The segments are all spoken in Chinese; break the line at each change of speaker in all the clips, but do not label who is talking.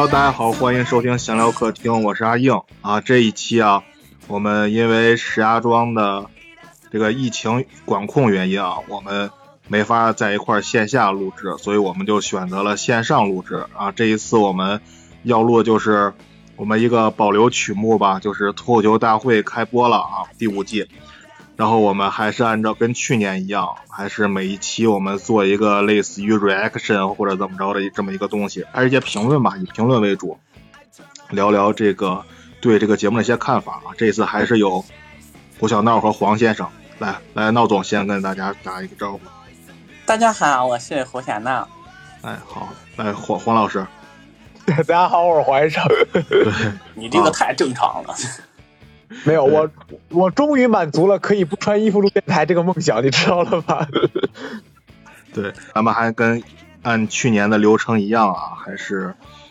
Hello， 大家好，欢迎收听闲聊客厅，我是阿硬啊。这一期啊，我们因为石家庄的这个疫情管控原因啊，我们没法在一块线下录制，所以我们就选择了线上录制啊。这一次我们要录的就是我们一个保留曲目吧，就是脱口秀大会开播了啊，第5季。然后我们还是按照跟去年一样，还是每一期我们做一个类似于 reaction 或者怎么着的这么一个东西，还是一些评论吧，以评论为主，聊聊这个对这个节目的一些看法啊。这次还是有胡小闹和黄先生来，闹总先跟大家打一个招呼。
大家好，我是胡小闹。
哎，好，来黄老师。
大家好，我是黄先生。
你这个太正常了。
没有，我终于满足了可以不穿衣服录电台这个梦想，你知道了吧？
对，咱们还跟按去年的流程一样啊，还是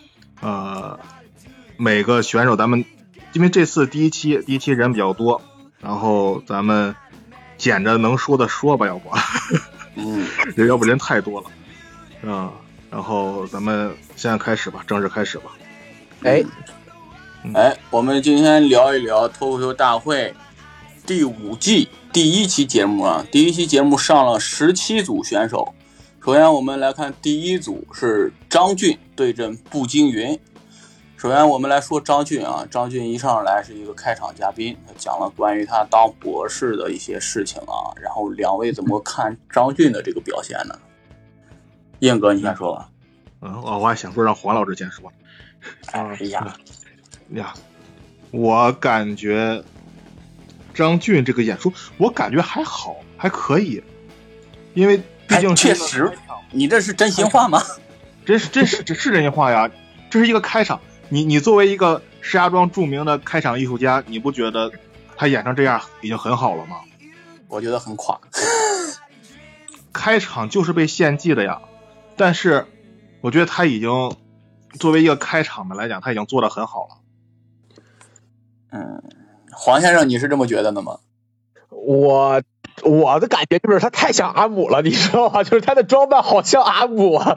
每个选手咱们因为这次第一期人比较多，然后咱们捡着能说的说吧，要不要不人太多了然后咱们现在开始吧，正式开始吧。
我们今天聊一聊脱口秀大会第5季第1期节目啊。第1期节目上了17组选手。首先我们来看第1组是张俊对阵步惊云。首先我们来说张俊啊，张俊一上来是一个开场嘉宾，讲了关于他当博士的一些事情啊。然后两位怎么看张俊的这个表现呢？燕哥你先说吧。
我还想说让黄老师先说。我感觉张俊这个演出我感觉还好，还可以，因为毕竟
确实，你这是真心话吗？
这是真心话呀，这是一个开场。你作为一个石家庄著名的开场艺术家，你不觉得他演成这样已经很好了吗？
我觉得很垮。
开场就是被献祭的呀，但是我觉得他已经作为一个开场的来讲，他已经做得很好了。
黄先生，你是这么觉得的吗？
我的感觉就是他太像阿姆了，你知道吗？就是他的装扮好像阿姆啊。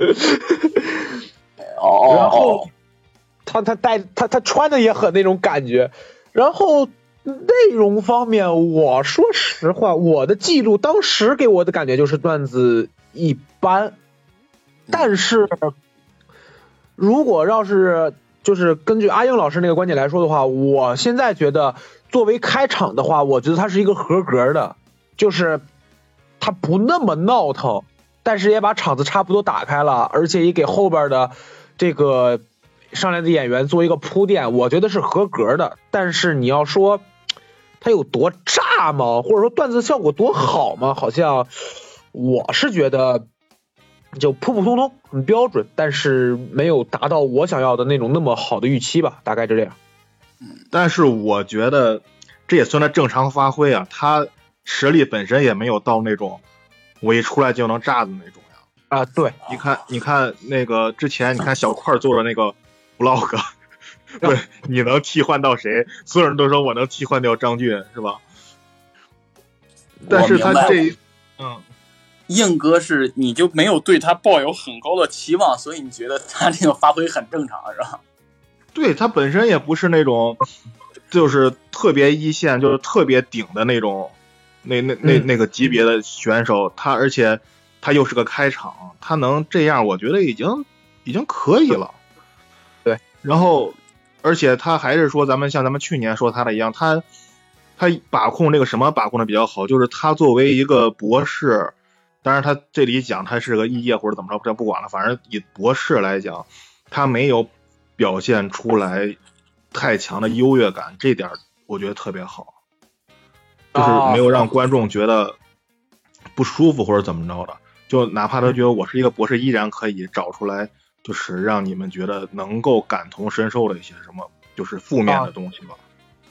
然后他穿的也很那种感觉。然后内容方面，我说实话，我的记录当时给我的感觉就是段子一般，但是如果要是就是根据阿英老师那个观点来说的话，我现在觉得作为开场的话，我觉得他是一个合格的，就是他不那么闹腾，但是也把场子差不多打开了，而且也给后边的这个上来的演员做一个铺垫，我觉得是合格的。但是你要说他有多炸吗，或者说段子效果多好吗，好像我是觉得就普普通通，很标准，但是没有达到我想要的那种那么好的预期吧，大概是这样。
但是我觉得这也算他正常发挥啊，他实力本身也没有到那种我一出来就能炸的那种呀。
对，
你看那个之前你看小块做的那个 vlog， 对，你能替换到谁？所有人都说我能替换掉张俊，是吧？但是他
硬哥是你就没有对他抱有很高的期望，所以你觉得他这个发挥很正常，是吧？
对，他本身也不是那种就是特别一线，就是特别顶的那种那个级别的选手，而且他又是个开场，他能这样，我觉得已经可以了。
对，
然后而且他还是说像咱们去年说他的一样，他把控这个什么把控的比较好，就是他作为一个博士，当然他这里讲他是个肄业或者怎么着，这不管了，反正以博士来讲，他没有表现出来太强的优越感，这点我觉得特别好，就是没有让观众觉得不舒服或者怎么着的，就哪怕他觉得我是一个博士，依然可以找出来，就是让你们觉得能够感同身受的一些什么，就是负面的东西吧。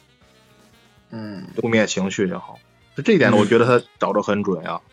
负面情绪也好，这一点呢，我觉得他找得很准呀。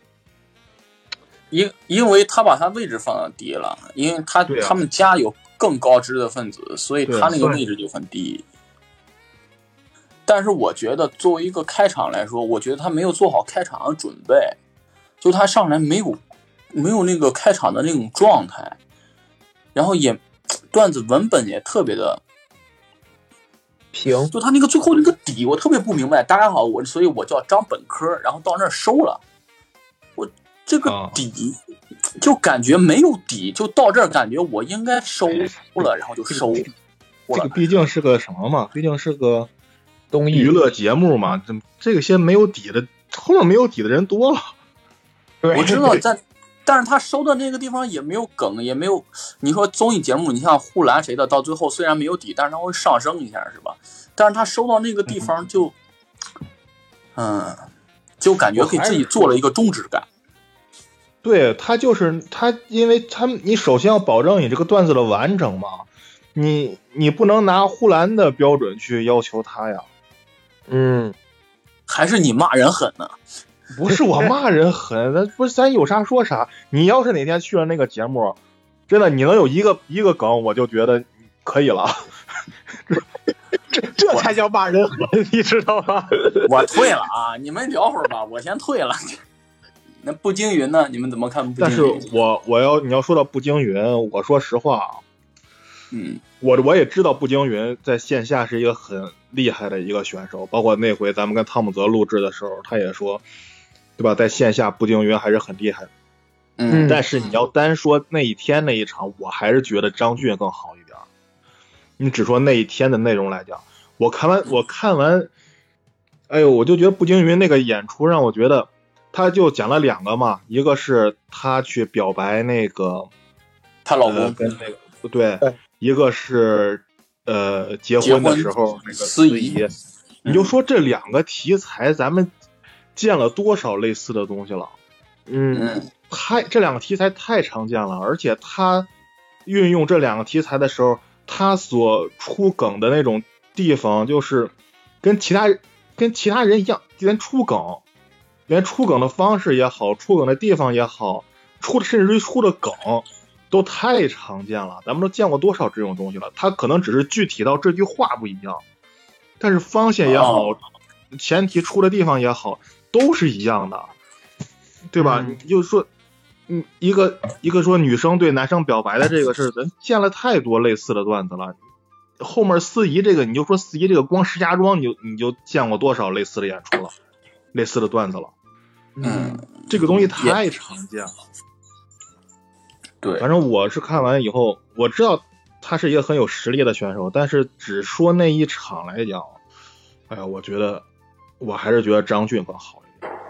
因为他把他位置放得低了，因为他们家有更高知识分子，所以他那个位置就很低。但是我觉得作为一个开场来说，我觉得他没有做好开场的准备，就他上来没有那个开场的那种状态，然后也段子文本也特别的
平，
就他那个最后那个底我特别不明白。大家好，所以我叫张本科，然后到那儿收了，我这个底就感觉没有底，就到这儿感觉我应该收了，然后就收。
这个毕竟是个什么嘛？毕竟是个
综艺
娱乐节目嘛，这些没有底的，后面没有底的人多了。
我知道但是他收的那个地方也没有梗，也没有你说综艺节目，你像护栏谁的，到最后虽然没有底，但是他会上升一下，是吧？但是他收到那个地方就，就感觉给自己做了一个终止感。
对，他就是他，因为你首先要保证你这个段子的完整嘛，你不能拿护栏的标准去要求他呀。
还是你骂人狠呢？
不是我骂人狠，咱有啥说啥。你要是哪天去了那个节目，真的你能有一个梗，我就觉得可以了。
这才叫骂人狠，你知道吗？
我退了啊！你们聊会儿吧，我先退了。那步惊云呢？你们怎么看步惊云？
但是你要说到步惊云，我说实话，我也知道步惊云在线下是一个很厉害的一个选手，包括那回咱们跟汤姆泽录制的时候，他也说，对吧？在线下步惊云还是很厉害的。但是你要单说那一天那一场，我还是觉得张俊更好一点。你只说那一天的内容来讲，我看完，哎呦，我就觉得步惊云那个演出让我觉得，他就讲了两个嘛，一个是他去表白那个
她老公
跟那个对，一个是结婚的时候那个司仪，你就说这两个题材咱们见了多少类似的东西了。这两个题材太常见了，而且他运用这两个题材的时候，他所出梗的那种地方，就是跟其他人一样，连出梗的方式也好，出梗的地方也好，甚至于出的梗都太常见了。咱们都见过多少这种东西了？他可能只是具体到这句话不一样，但是方向也好，前提出的地方也好，都是一样的，对吧？你就说。一个说女生对男生表白的这个事，咱见了太多类似的段子了。后面司仪这个，你就说司仪这个，光石家庄你就见过多少类似的演出了，类似的段子了。这个东西太常见了。
对，
反正我是看完以后，我知道他是一个很有实力的选手，但是只说那一场来讲，哎呀，我觉得我还是觉得张俊更好一点。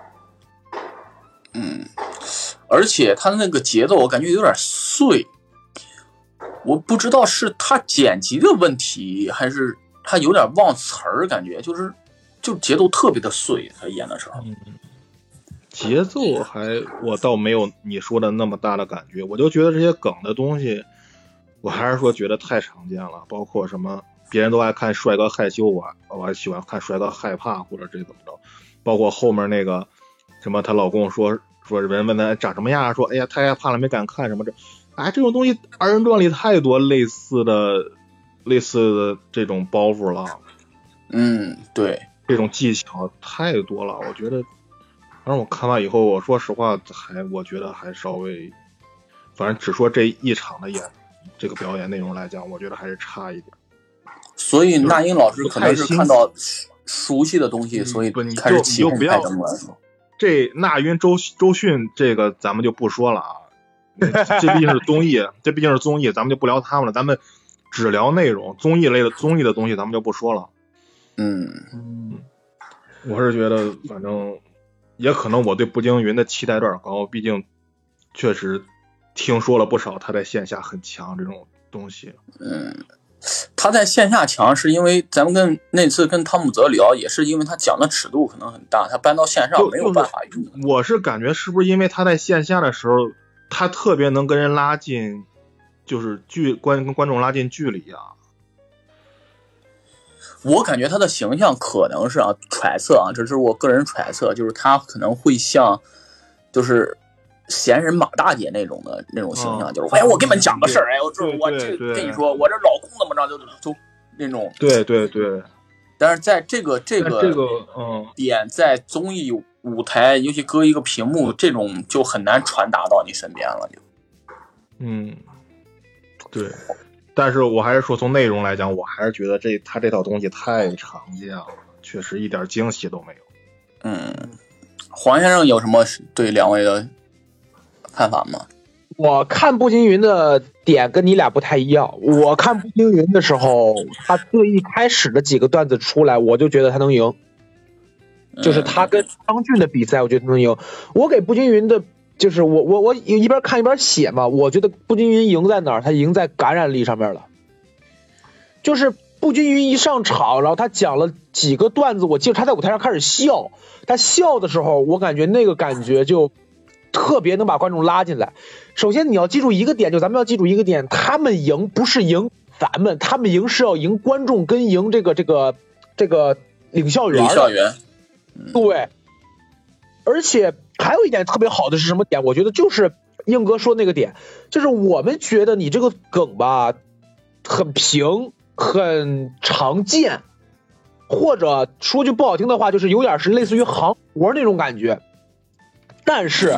而且他那个节奏我感觉有点碎，我不知道是他剪辑的问题，还是他有点忘词儿，感觉就节奏特别的碎，他演的时候。
节奏我倒没有你说的那么大的感觉，我就觉得这些梗的东西，我还是说觉得太常见了，包括什么别人都爱看帅哥害羞，我还喜欢看帅哥害怕，或者这怎么着，包括后面那个什么她老公说人问他长什么样，说哎呀太害怕了没敢看什么这种东西二人转里太多类似的这种包袱了。
对，
这种技巧太多了，我觉得反正我看完以后，我说实话我觉得还稍微，反正只说这一场的这个表演内容来讲，我觉得还是差一点。
所以那英老师可能是看到熟悉的东西，所以开始起哄太正了。
这那英周迅这个咱们就不说了啊，这毕竟是综艺，咱们就不聊他们了，咱们只聊内容，综艺的东西咱们就不说了。我是觉得反正也可能我对步惊云的期待有点高，毕竟确实听说了不少他在线下很强这种东西。
他在线下强是因为咱们那次跟汤姆泽聊，也是因为他讲的尺度可能很大，他搬到线上没有办法用。
我是感觉是不是因为他在线下的时候，他特别能跟人拉近，就是跟观众拉近距离啊。
我感觉他的形象可能是揣测这是我个人揣测，就是他可能会像就是闲人马大姐那种形象，就是我给你们讲个事儿，我跟你说，我这老公怎么着就那种。对。但是在这个点，在综艺舞台，尤其搁一个屏幕，这种就很难传达到你身边了，就。
对。 但是我还是说从内容来讲，我还是觉得他这套东西太常见了，确实一点惊喜都没有。
黄先生有什么对两位的看法吗？
我看步惊云的点跟你俩不太一样。我看步惊云的时候，他最一开始的几个段子出来，我就觉得他能赢。就是他跟张俊的比赛，我觉得他能赢。我给步惊云的，就是我一边看一边写嘛。我觉得步惊云赢在哪儿？他赢在感染力上面了。就是步惊云一上场，然后他讲了几个段子，我记得他在舞台上开始笑。他笑的时候，我感觉那个感觉就特别能把观众拉进来。首先你要记住一个点，就咱们要记住一个点，他们赢不是赢咱们，他们赢是要赢观众跟赢这个领笑员。对，而且还有一点特别好的是什么点？我觉得就是英哥说那个点，就是我们觉得你这个梗吧很平很常见，或者说句不好听的话，就是有点是类似于行活那种感觉，但是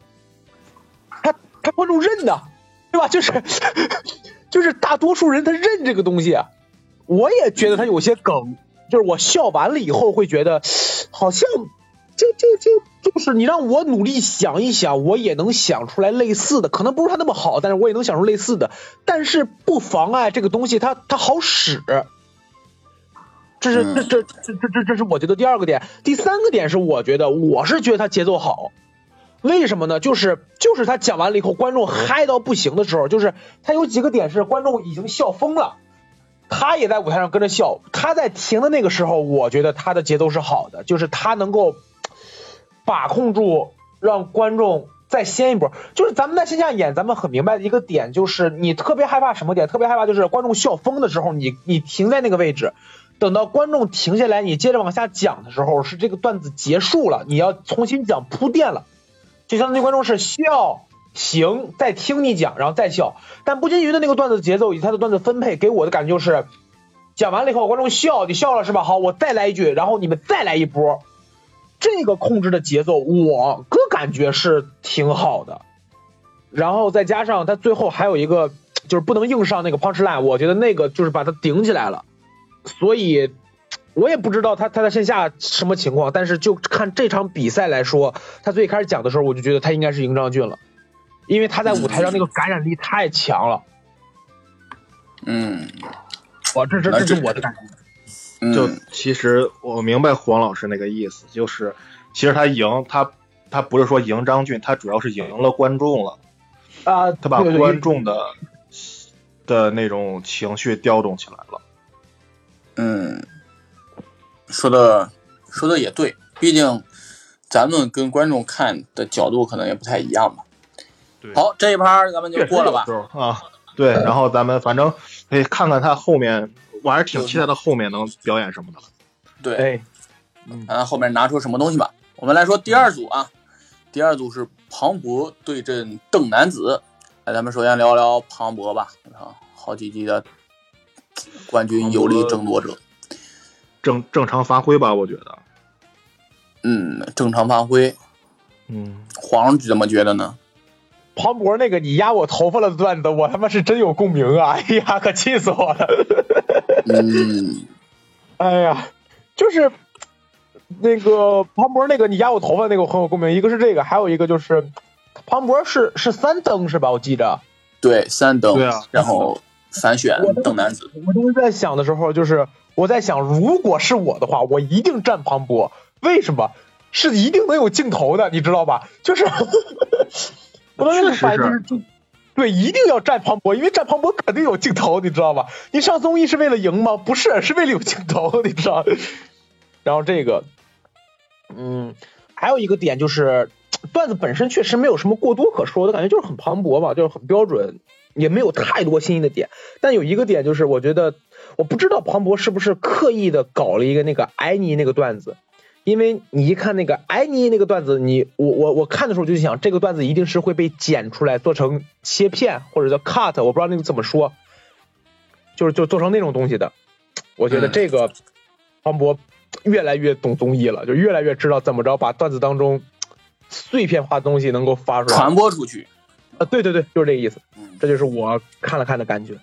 他观众认的，对吧？就是大多数人他认这个东西。我也觉得他有些梗，就是我笑完了以后会觉得好像就是你让我努力想一想，我也能想出来类似的，可能不是他那么好，但是我也能想出类似的，但是不妨碍这个东西它好使。这是我觉得第二个点。第三个点是我是觉得他节奏好。为什么呢？就是他讲完了以后，观众嗨到不行的时候，就是他有几个点是观众已经笑疯了，他也在舞台上跟着笑。他在停的那个时候，我觉得他的节奏是好的，就是他能够把控住，让观众再先一波。就是咱们在线下演，咱们很明白的一个点，就是你特别害怕什么点？特别害怕就是观众笑疯的时候，你停在那个位置，等到观众停下来，你接着往下讲的时候，是这个段子结束了，你要重新讲铺垫了。就相当于观众是笑行再听你讲，然后再笑。但步惊云的那个段子节奏以及他的段子分配给我的感觉就是讲完了以后观众笑，你笑了是吧？好，我再来一句，然后你们再来一波。这个控制的节奏我个感觉是挺好的。然后再加上他最后还有一个就是不能硬上那个 punchline， 我觉得那个就是把他顶起来了。所以我也不知道他在线下什么情况，但是就看这场比赛来说，他最开始讲的时候，我就觉得他应该是赢张俊了，因为他在舞台上那个感染力太强了。这是我的感觉。
就其实我明白黄老师那个意思，就是其实他赢他不是说赢张俊，他主要是赢了观众了
啊，
他把观众的那种情绪调动起来了。
说的也对，毕竟咱们跟观众看的角度可能也不太一样吧。好，这一趴咱们就过了吧。
对，然后咱们反正可以看看他后面，我还是挺期待他后面能表演什么的。
对，看后面拿出什么东西吧。我们来说第二组啊，第二组是庞博对阵邓男子。来，咱们首先聊聊庞博吧，好几季的冠军有力争夺者。
正常发挥吧，我觉得。
正常发挥。黄怎么觉得呢？
庞博那个你压我头发了的段子，我他妈是真有共鸣啊！哎呀，可气死我了。哎呀，就是那个庞博那个你压我头发那个我很有共鸣，一个是这个，还有一个就是庞博是3登是吧？我记着。
对，3登。
对啊。
然后反选邓男子。
我当时在想的时候，就是我在想，如果是我的话，我一定站庞博。为什么？是一定能有镜头的，你知道吧？就是我当时反应就是对，一定要站庞博，因为站庞博肯定有镜头，你知道吧？你上综艺是为了赢吗？不是，是为了有镜头，你知道。然后这个，还有一个点就是段子本身确实没有什么过多可说的，感觉就是很磅礴嘛，就是很标准，也没有太多新颖的点。但有一个点就是，我觉得我不知道庞博是不是刻意的搞了一个那个艾妮那个段子。因为你一看那个艾妮那个段子，我看的时候就想，这个段子一定是会被剪出来做成切片或者叫 cut， 我不知道那个怎么说，就做成那种东西的。我觉得这个庞博越来越懂综艺了，就越来越知道怎么着把段子当中碎片化的东西能够发出来
传播出去。
对，就是这个意思。这就是我看了看的感觉。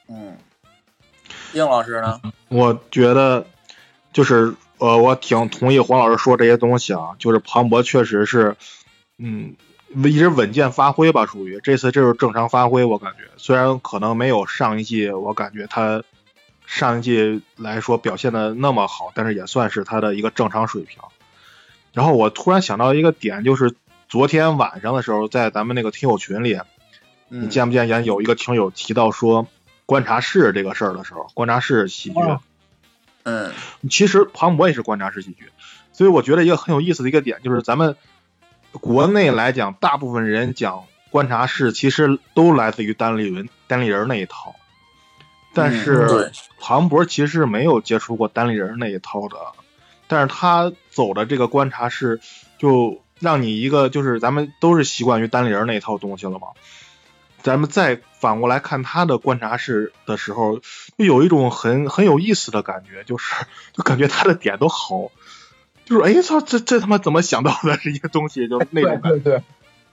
应老师呢？
我觉得就是我挺同意黄老师说这些东西啊，就是庞博确实是一直稳健发挥吧，属于这次就是正常发挥，我感觉虽然可能没有上一季，我感觉他上一季来说表现的那么好，但是也算是他的一个正常水平。然后我突然想到一个点，就是昨天晚上的时候，在咱们那个听友群里，你见不见有一个听友提到说观察室这个事儿的时候，观察室喜剧，其实庞博也是观察室喜剧，所以我觉得一个很有意思的一个点就是咱们国内来讲，大部分人讲观察室其实都来自于单立人那一套，但是庞博其实没有接触过单立人那一套的，但是他走的这个观察室就让你一个就是咱们都是习惯于单立人那一套东西了嘛，咱们再反过来看他的观察室的时候，就有一种很有意思的感觉，就感觉他的点都好，就是哎操，这他妈怎么想到的这些东西，就那种感觉。
对，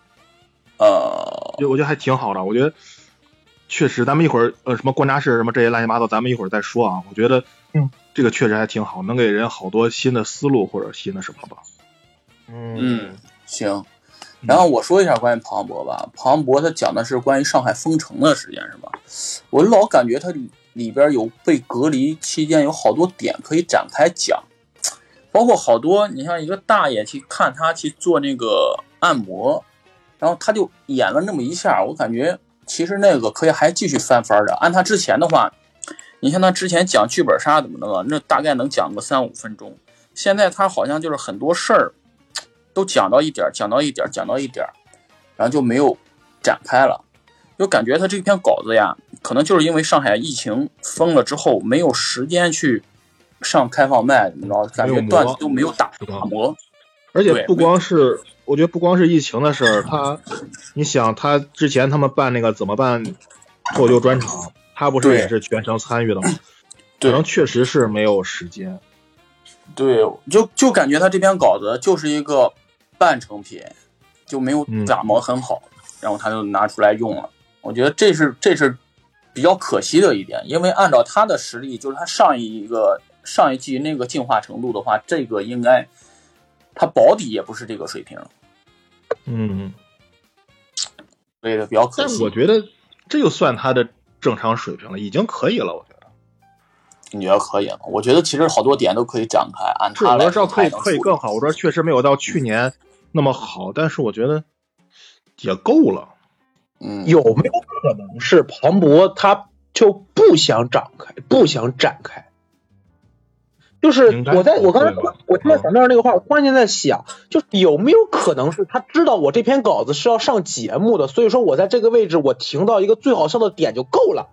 我觉得还挺好的。我觉得确实，咱们一会儿什么观察室什么这些乱七八糟，咱们一会儿再说啊。我觉得这个确实还挺好，能给人好多新的思路或者新的什么吧。
行。然后我说一下关于庞博吧，庞博他讲的是关于上海封城的事件是吧？我老感觉他里边有被隔离期间有好多点可以展开讲，包括好多你像一个大爷去看他去做那个按摩，然后他就演了那么一下，我感觉其实那个可以还继续翻番的。按他之前的话，你像他之前讲剧本杀怎么的，那大概能讲个3-5分钟，现在他好像就是很多事儿都讲到一点，然后就没有展开了。就感觉他这篇稿子呀，可能就是因为上海疫情封了之后，没有时间去上开放麦，你知道，感觉段子都没有打磨。
而且不光是，我觉得不光是疫情的事儿，你想他之前他们办那个怎么办脱口秀专场，他不是也是全程参与的吗？可能确实是没有时间。
对，就感觉他这篇稿子就是一个半成品，就没有打磨很好，然后他就拿出来用了。我觉得这是比较可惜的一点，因为按照他的实力，就是他上一季那个进化程度的话，这个应该他保底也不是这个水平。所以比较可惜。
但我觉得这就算他的正常水平了，已经可以了，我觉得。
你觉得可以吗？我觉得其实好多点都可以展开，按他来说
可以更好。我说确实没有到去年那么好，但是我觉得也够了。
有没有可能是庞博他就不想展开？就是我刚才我听到小妹那个话，我突然间在想，就是有没有可能是他知道我这篇稿子是要上节目的，所以说我在这个位置我停到一个最好笑的点就够了。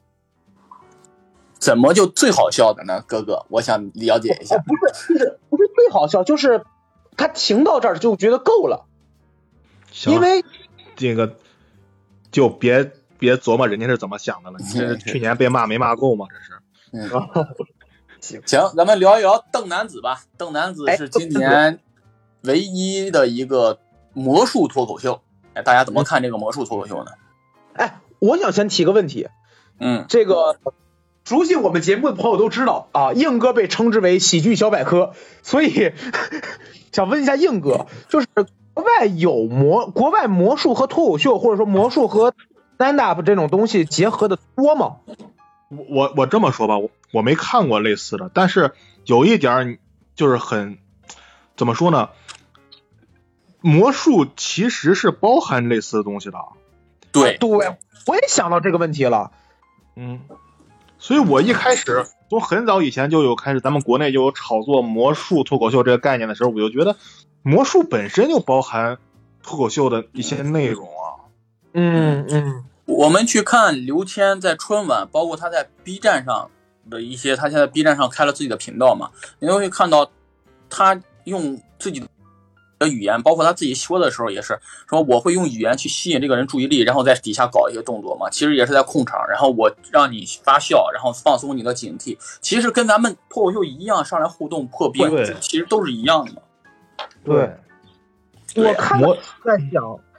怎么就最好笑的呢，哥哥？我想了解一下。
不是最好笑，就是他停到这儿就觉得够了。因为
这个就别琢磨人家是怎么想的了。你这是去年被骂没骂够吗？这
是。行，咱们聊一聊邓男子吧。邓男子是今年唯一的一个魔术脱口秀。大家怎么看这个魔术脱口秀呢？
我想先提个问题。这个熟悉我们节目的朋友都知道啊，硬哥被称之为喜剧小百科，所以想问一下硬哥，就是国外魔术和脱口秀，或者说魔术和 stand up 这种东西结合的多吗？
我这么说吧，我没看过类似的，但是有一点就是很怎么说呢？魔术其实是包含类似的东西的。
对，
我也想到这个问题了。
所以我一开始从很早以前就有开始，咱们国内就有炒作魔术脱口秀这个概念的时候，我就觉得魔术本身就包含脱口秀的一些内容啊。
我们去看刘谦在春晚，包括他在 B 站上的一些，他现在 B 站上开了自己的频道嘛，你会看到他用自己的语言，包括他自己说的时候也是说我会用语言去吸引这个人注意力，然后在底下搞一些动作嘛，其实也是在控场，然后我让你发笑，然后放松你的警惕，其实跟咱们脱口秀一样，上来互动破冰，其实都是一样的嘛。
对，我看在想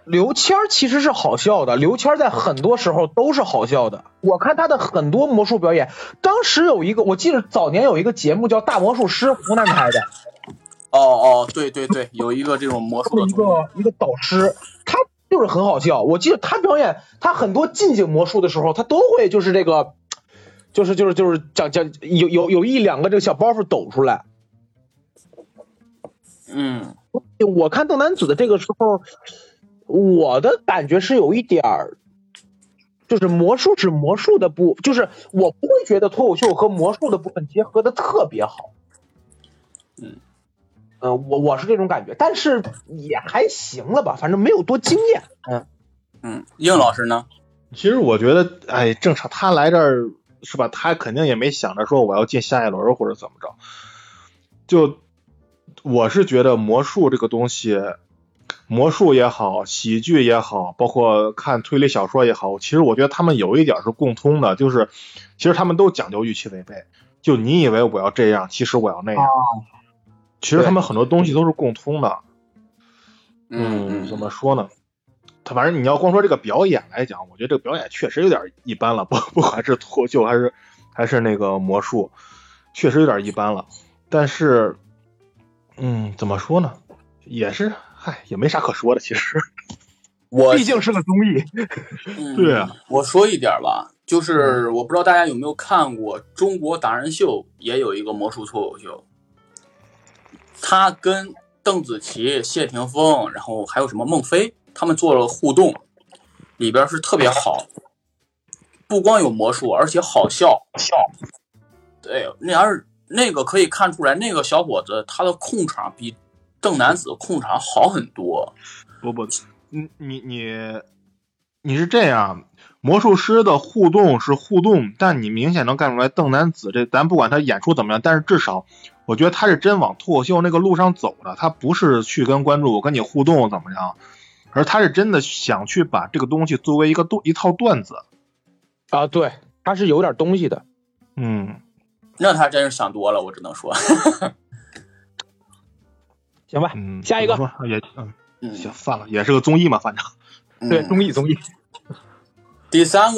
刘谦其实是好笑的，刘谦在很多时候都是好笑的。我看他的很多魔术表演，当时有一个，我记得早年有一个节目叫《大魔术师》，湖南台的。
对对对，有一个这种魔术的
一个导师，他就是很好笑。我记得他表演他很多近景魔术的时候，他都会就是这个，就是讲有一两个这个小包袱抖出来。我看邓南子的这个时候，我的感觉是有一点儿，就是魔术是魔术的就是我不会觉得脱口秀和魔术的部分结合的特别好。我是这种感觉，但是也还行了吧，反正没有多惊艳。
应老师呢？
其实我觉得，正常他来这儿是吧？他肯定也没想着说我要进下一轮或者怎么着。就我是觉得魔术这个东西，魔术也好，喜剧也好，包括看推理小说也好，其实我觉得他们有一点是共通的，就是其实他们都讲究预期违背。就你以为我要这样，其实我要那样。其实他们很多东西都是共通的。怎么说呢？他反正你要光说这个表演来讲，我觉得这个表演确实有点一般了，不管是脱口秀还是那个魔术，确实有点一般了。但是，怎么说呢？也是，也没啥可说的。其实，
毕竟是个综艺。
对啊，
我说一点吧，就是我不知道大家有没有看过中国达人秀，也有一个魔术脱口秀。他跟邓紫棋、谢霆锋，然后还有什么孟非，他们做了互动，里边是特别好，不光有魔术，而且好笑。对，那个可以看出来，那个小伙子他的控场比邓南子控场好很多。
不，你是这样，魔术师的互动是互动，但你明显能看出来邓南子咱不管他演出怎么样，但是至少我觉得他是真往脱口秀那个路上走的，他不是去跟观众我跟你互动怎么样，而他是真的想去把这个东西作为一套段子
啊，对，他是有点东西的。
那他真是想多了，我只能说。
行吧，下一个
行，算了，也是个综艺嘛，反正
对，综艺。
第三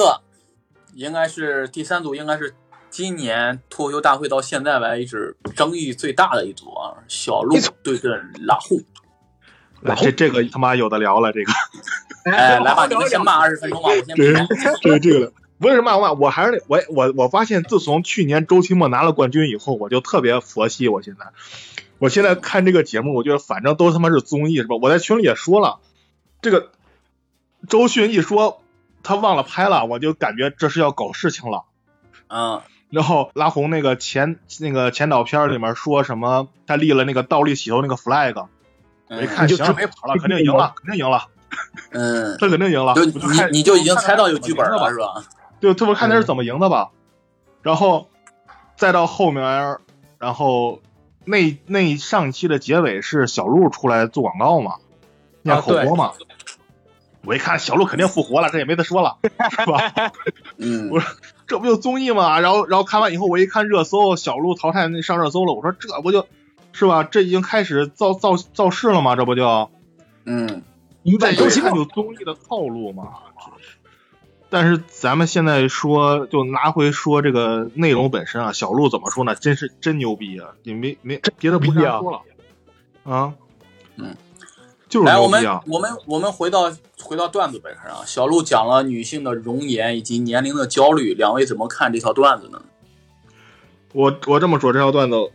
组应该是今年脱口秀大会到现在为止争议最大的一组啊，小鹿对阵拉户。
这个他妈有的聊了，这个。
来吧，你们先骂20分钟吧，我先
这个不是骂，我还是我发现自从去年周奇墨拿了冠军以后，我就特别佛系。我现在看这个节目，我觉得反正都他妈是综艺是吧？我在群里也说了，这个周迅一说他忘了拍了，我就感觉这是要搞事情了。然后拉红那个前导片里面说什么他立了那个倒立洗头那个 flag， 我一看行没跑了，肯定赢了。他肯定赢了。
你就已经猜到有剧本了是吧？
对，特别看他是怎么赢的吧。然后再到后面，然后那上一期的结尾是小鹿出来做广告嘛，念口播嘛。我一看小鹿肯定复活了，这也没得说了，是吧？我说这不就综艺嘛。然后看完以后，我一看热搜，小鹿淘汰那上热搜了，我说这不就是吧？这已经开始造势了吗？这不就这一看就综艺的套路嘛。但是咱们现在说，就拿回说这个内容本身啊，小鹿怎么说呢？真牛逼啊！你没别的不瞎说了啊。就是牛逼啊！
我们回到段子本身啊，小鹿讲了女性的容颜以及年龄的焦虑，两位怎么看这条段子呢？
我这么说这条段子，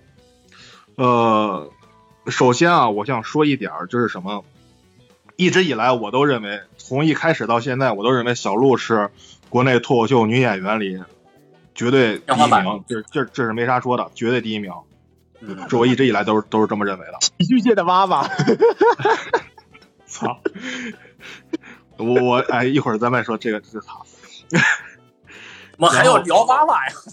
首先啊，我想说一点就是什么，一直以来我都认为，从一开始到现在，我都认为小鹿是国内脱口秀女演员里绝对第一名，这是没啥说的，绝对第一名。这我一直以来都是这么认为的。
喜剧界的娃娃。
操！我一会儿咱们说这个操。
我还要聊娃娃呀。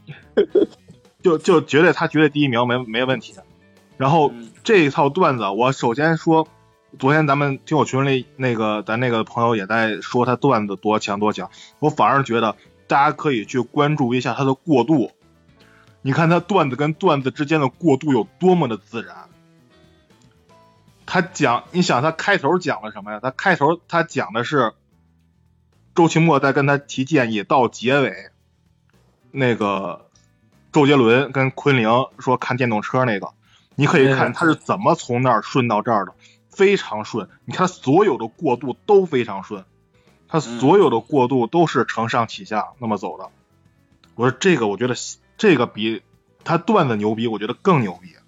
就绝对第一名没问题。然后这一套段子，我首先说，昨天咱们听友群里咱那个朋友也在说他段子多强，我反而觉得大家可以去关注一下他的过渡。你看他段子跟段子之间的过渡有多么的自然， 他讲，你想他开头讲了什么呀？他开头他讲的是周奇墨在跟他提建议，到结尾那个周杰伦跟昆凌说看电动车那个，你可以看他是怎么从那儿顺到这儿的，非常顺。你看他所有的过渡都非常顺，他所有的过渡都是承上启下那么走的。我说这个，我觉得这个比他段子牛逼，我觉得更牛逼。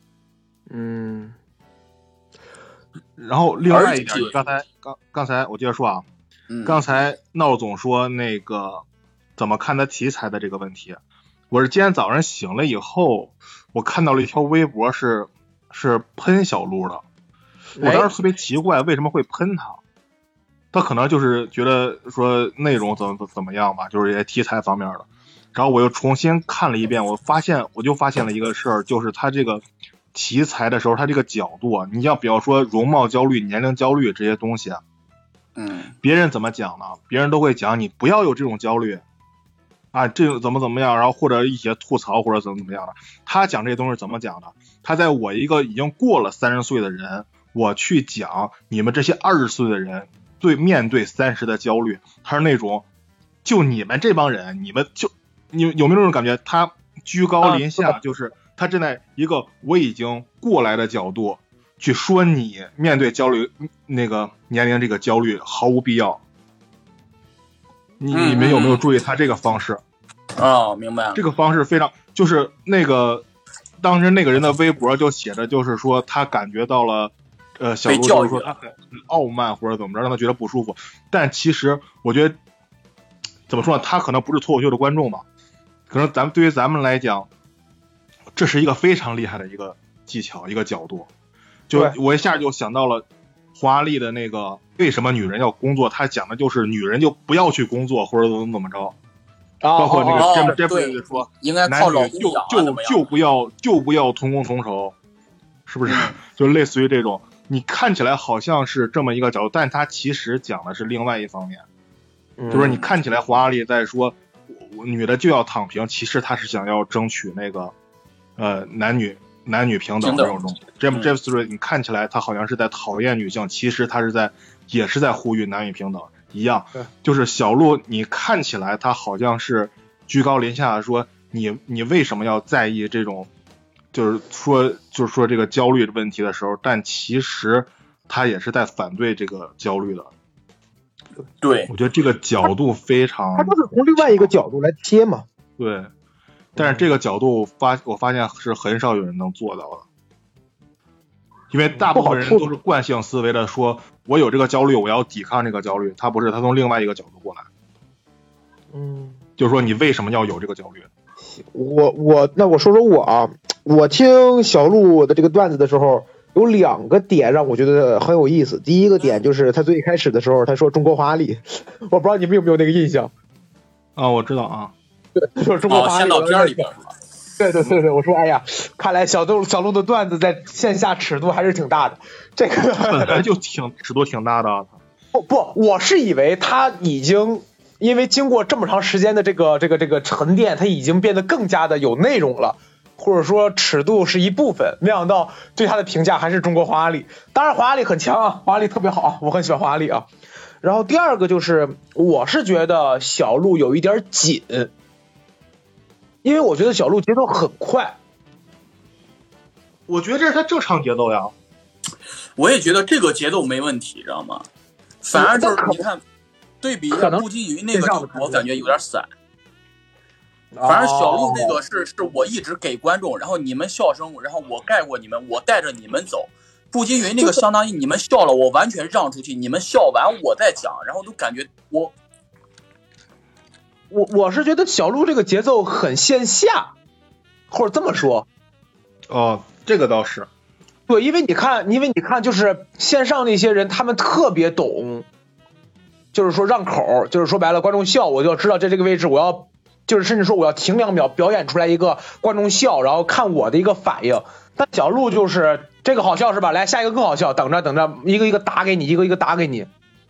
然后另外一点，刚才我接着说啊，刚才闹总说那个怎么看他题材的这个问题，我是今天早上醒了以后，我看到了一条微博是喷小鹿的，我当时特别奇怪为什么会喷他，他可能就是觉得说内容怎么样吧，就是一些题材方面的。然后我又重新看了一遍，我就发现了一个事儿，就是他这个题材的时候，他这个角度啊，你要比方说容貌焦虑、年龄焦虑这些东西啊，别人怎么讲呢？别人都会讲你不要有这种焦虑啊，这种怎么样，然后或者一些吐槽或者怎么样的。他讲这些东西怎么讲的？他在我一个已经过了30岁的人，我去讲你们这些20岁的人面对30的焦虑，他是那种就你们这帮人，你有没有这种感觉？他居高临下，就是他站在一个我已经过来的角度去说你面对焦虑那个年龄这个焦虑毫无必要。你们有没有注意他这个方式？
明白了。
这个方式非常，就是那个当时那个人的微博就写的就是说他感觉到了小鹿就是说他很傲慢或者怎么着，让他觉得不舒服。但其实我觉得怎么说呢，他可能不是脱口秀的观众吧，可能对于咱们来讲，这是一个非常厉害的一个技巧，一个角度。就我一下就想到了黄阿丽的那个为什么女人要工作，他讲的就是女人就不要去工作或者怎么着。包括那个这说
应该靠老公养
就不要同工同酬，是不是？就类似于这种，你看起来好像是这么一个角度，但他其实讲的是另外一方面。就是你看起来黄阿丽在说女的就要躺平，其实他是想要争取那个男女平等这种东西。Jeff 你看起来他好像是在讨厌女性，其实他也是在呼吁男女平等一样。就是小鹿你看起来他好像是居高临下说你为什么要在意这种就是说这个焦虑的问题的时候，但其实他也是在反对这个焦虑的。
对，
我觉得这个角度非常，
他都是从另外一个角度来切嘛。
对，但是这个角度我发现是很少有人能做到的，因为大部分人都是惯性思维的说，我有这个焦虑，我要抵抗这个焦虑。他不是，他从另外一个角度过来。就是说你为什么要有这个焦虑？
那我说我啊，我听小鹿的这个段子的时候，有2个点让我觉得很有意思。第一个点就是他最开始的时候他说中国华丽，我不知道你们有没有那个印象
啊？我知道啊，
对，说中国华丽，
先到片里边是吧？
对，我说哎呀，看来小鹿的段子在线下尺度还是挺大的。这个
本来就尺度挺大的。
不，我是以为他已经因为经过这么长时间的这个沉淀，他已经变得更加的有内容了，或者说尺度是一部分。没想到对他的评价还是中国华丽。当然华丽很强啊，华丽特别好，我很喜欢华丽啊。然后第二个就是我是觉得小鹿有一点紧，因为我觉得小鹿节奏很快。
我觉得这是他正常节奏呀。
我也觉得这个节奏没问题，知道吗？反而就是你看对比一下步惊云那个，我感觉有点散。反正小鹿那个是我一直给观众，然后你们笑声，然后我盖过你们，我带着你们走。步惊云那个相当于你们笑了，我完全让出去，你们笑完我再讲，然后都感觉
我是觉得小鹿这个节奏很线下，或者这么说。
这个倒是。
对，因为你看，就是线上那些人，他们特别懂，就是说让口，就是说白了，观众笑，我就要知道这个位置，我要就是甚至说我要停2秒，表演出来一个观众笑，然后看我的一个反应。但小鹿就是这个好笑是吧？来下一个更好笑，等着，一个一个打给你，一个一个打给你。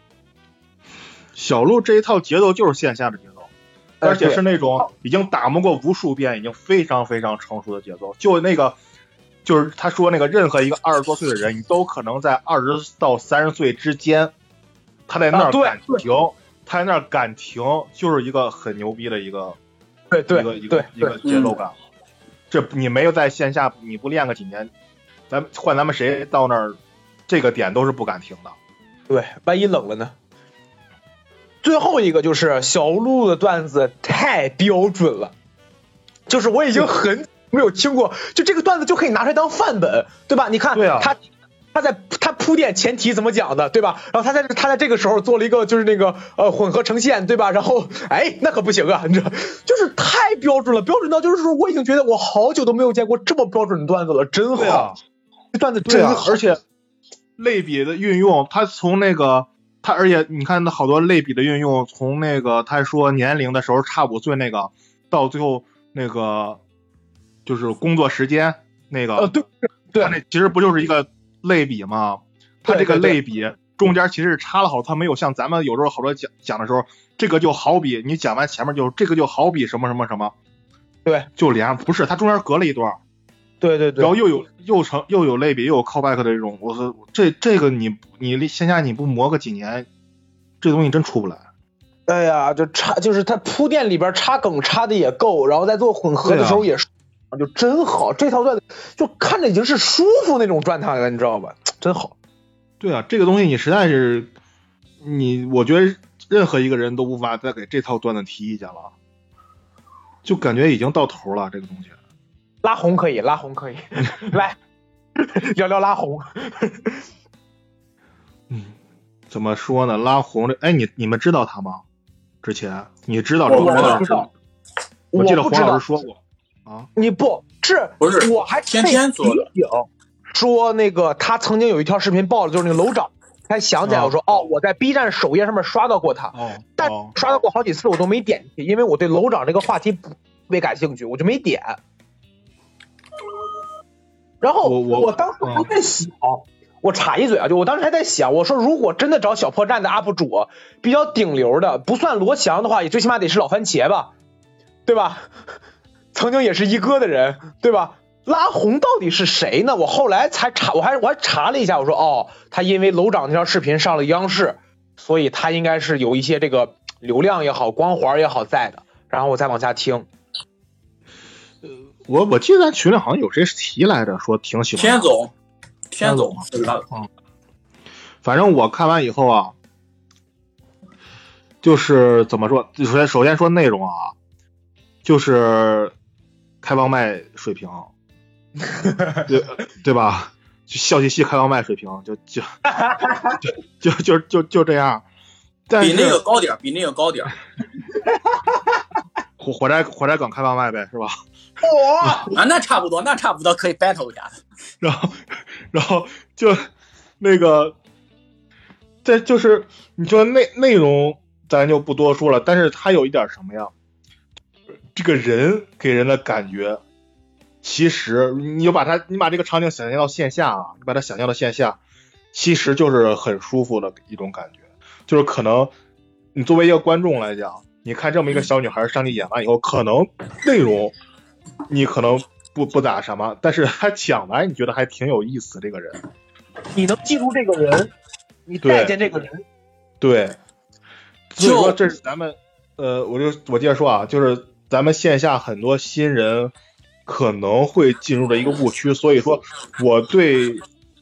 小鹿这一套节奏就是线下的节奏，而且是那种已经打磨过无数遍，已经非常非常成熟的节奏。就那个就是他说那个任何一个20多岁的人，你都可能在20到30岁之间，他在那儿敢停，他在那儿敢停，就是一个很牛逼的一个一个节奏感。这你没有在线下，你不练个几年，咱们谁到那儿，这个点都是不敢停的。
对，万一冷了呢？最后一个就是小鹿的段子太标准了，就是我已经很没有听过，就这个段子就可以拿出来当范本，对吧？你看，
对啊，
他铺垫前提怎么讲的，对吧？然后他在这个时候做了一个就是那个混合呈现，对吧？然后那可不行啊，你知道，就是太标准了，标准到就是说我已经觉得我好久都没有见过这么标准的段子了，真好，这段子真好，
而且类比的运用，他从那个而且你看好多类比的运用，从那个他说年龄的时候差5岁那个，到最后那个就是工作时间那个，
对，
他那其实不就是一个类比吗？他这个类比中间其实是差了好多，他没有像咱们有时候好多讲的时候，这个就好比你讲完前面这个就好比什么什么什么，
对，
就连不是他中间隔了一段，
对，
然后又有类比，又有 callback 的这种，我说这个你线下你不磨个几年，这东西真出不来。
哎呀，就是他铺垫里边插梗插的也够，然后在做混合的时候也就真好，这套段子就看着已经是舒服那种状态了，你知道吧？真好。
对啊，这个东西你实在是我觉得任何一个人都无法再给这套段子提意见了，就感觉已经到头了这个东西。
拉红可以，来聊聊拉红。
怎么说呢？拉红的，你们知道他吗？之前你知道这个
人吗？
我记得黄老师说过啊。
你不是我还
天天做的。
说那个他曾经有一条视频爆了，就是那个楼长，才想起来我说我在 B 站首页上面刷到过他，但刷到过好几次我都没点进去，因为我对楼长这个话题不特别感兴趣，我就没点。然后我当时还在想，我插一嘴啊，就我当时还在想，我说如果真的找小破站的 UP 主比较顶流的，不算罗翔的话，也最起码得是老番茄吧，对吧？曾经也是一哥的人，对吧？拉红到底是谁呢？我后来才查，我还查了一下，我说他因为楼长那条视频上了央视，所以他应该是有一些这个流量也好，光环也好在的。然后我再往下听。
我记得咱群里好像有谁提来着，说挺喜欢
天总，
反正我看完以后啊，就是怎么说？首先说内容啊，就是开放麦水平，对吧？就笑嘻嘻开放麦水平，就这样。但是
比那个高点。
火柴梗开放麦呗，是吧？
那差不多，可以 battle 一下。
然后就那个，这就是你说内容咱就不多说了，但是他有一点什么呀？这个人给人的感觉，其实你把这个场景想象到线下啊，你把它想象到线下，其实就是很舒服的一种感觉。就是可能你作为一个观众来讲，你看这么一个小女孩上去演完以后，可能内容你可能不咋什么，但是他讲完你觉得还挺有意思。这个人，
你能记住这个人，你待见这个人，
对。所以说这是咱们我接着说啊，就是咱们线下很多新人可能会进入的一个误区。所以说我对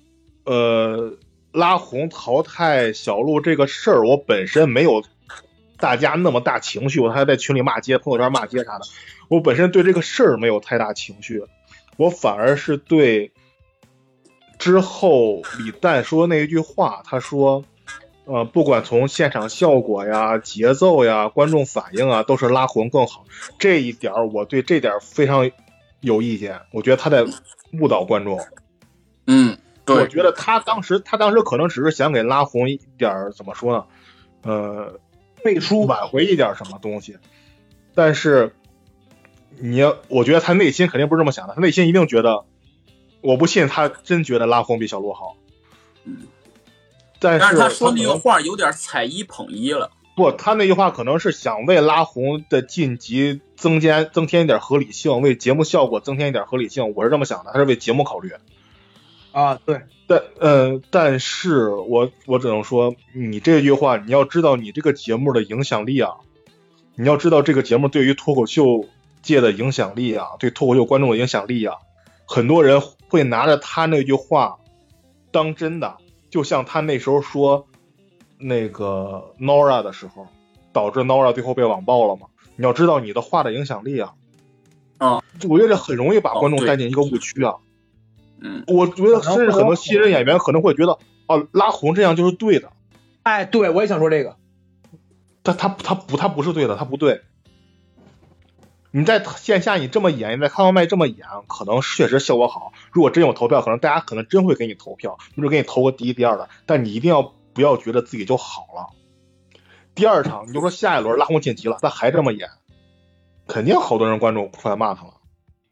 拉红淘汰小鹿这个事儿，我本身没有大家那么大情绪，我还在群里骂街，朋友圈骂街啥的，我本身对这个事儿没有太大情绪，我反而是对之后李诞说那一句话，他说不管从现场效果呀、节奏呀、观众反应啊，都是拉红更好。这一点我对这点非常有意见，我觉得他在误导观众。
对，
我觉得他当时可能只是想给拉红一点怎么说呢，
背书
挽回一点什么东西，但是我觉得他内心肯定不是这么想的，他内心一定觉得，我不信他真觉得拉红比小鹿好。但是
他说那个话有点踩一捧一了。
不，他那句话可能是想为拉红的晋级增添一点合理性，为节目效果增添一点合理性，我是这么想的，他是为节目考虑
啊。对，
但是我只能说，你这句话你要知道你这个节目的影响力啊，你要知道这个节目对于脱口秀界的影响力啊，对脱口秀观众的影响力啊，很多人会拿着他那句话当真的，就像他那时候说那个 Nora 的时候，导致 Nora 最后被网暴了嘛。你要知道你的话的影响力啊，我觉得很容易把观众带进一个误区啊。我觉得甚至很多新人演员可能会觉得，拉红这样就是对的。
哎，对，我也想说这个。
他不是对的，他不对。你在线下你这么演，你在开放麦这么演，可能确实效果好。如果真有投票，可能大家可能真会给你投票，就是给你投个第一、第二的。但你一定不要觉得自己就好了。第二场你就说下一轮拉红晋级了，他还这么演，肯定好多人观众出来骂他了。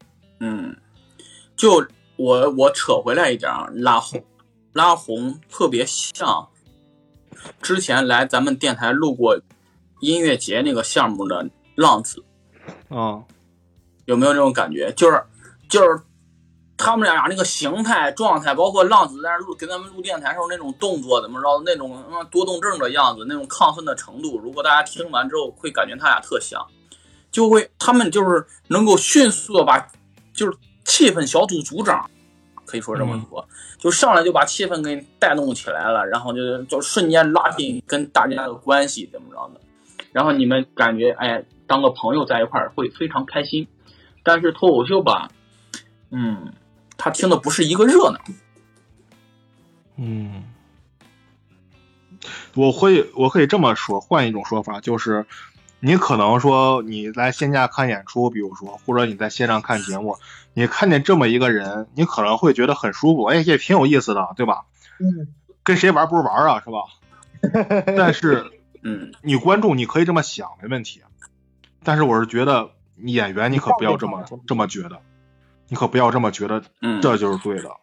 就我扯回来一点啊，拉红特别像之前来咱们电台录过音乐节那个项目的浪子。有没有这种感觉？就是他们俩那个形态状态，包括浪子在那跟咱们录电台时候那种动作怎么着，那种多动症的样子，那种亢奋的程度，如果大家听完之后会感觉他俩特像，他们就是能够迅速的把就是气氛小组组长可以说这么说，就上来就把气氛给带动起来了，然后就瞬间拉近跟大家的关系怎么着的，然后你们感觉当个朋友在一块儿会非常开心。但是脱口秀吧，他听的不是一个热闹。
我可以这么说，换一种说法，就是你可能说你来线下看演出，比如说或者你在线上看节目，你看见这么一个人，你可能会觉得很舒服，也挺有意思的，对吧？跟谁玩不是玩啊，是吧？但是你观众你可以这么想没问题，但是我是觉得演员你可不要这么觉得，你可不要这么觉得，这就是对的。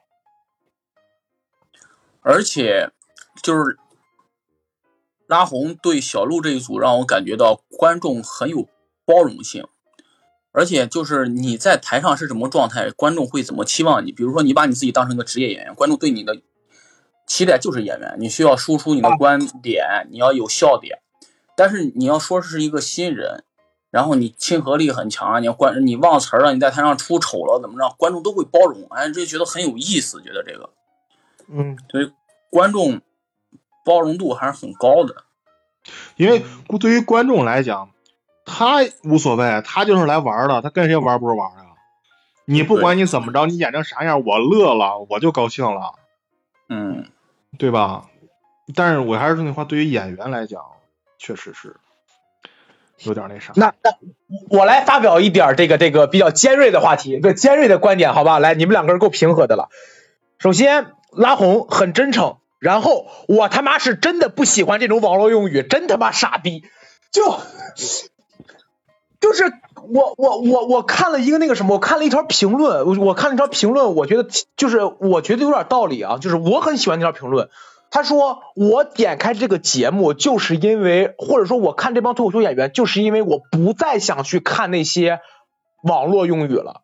而且就是拉红对小鹿这一组让我感觉到观众很有包容性，而且就是你在台上是什么状态，观众会怎么期望你。比如说你把你自己当成一个职业演员，观众对你的期待就是演员，你需要输出你的观点，你要有笑点。但是你要说是一个新人，然后你亲和力很强，你忘词了，你在台上出丑了怎么着，观众都会包容，这觉得很有意思，觉得这个所以观众包容度还是很高的。
因为对于观众来讲，他无所谓，他就是来玩的，他跟谁玩不是玩啊？你不管你怎么着，你演成啥样，我乐了我就高兴了，对吧？但是我还是那话，对于演员来讲确实是有点那啥。
那我来发表一点这个比较尖锐的话题，尖锐的观点，好吧？来，你们两个人够平和的了。首先，拉红很真诚，然后我他妈是真的不喜欢这种网络用语，真他妈傻逼。就是我看了一个那个什么，我看了一条评论，我看了一条评论，我觉得有点道理啊，就是我很喜欢那条评论。他说我点开这个节目就是因为，或者说我看这帮脱口秀演员就是因为我不再想去看那些网络用语了。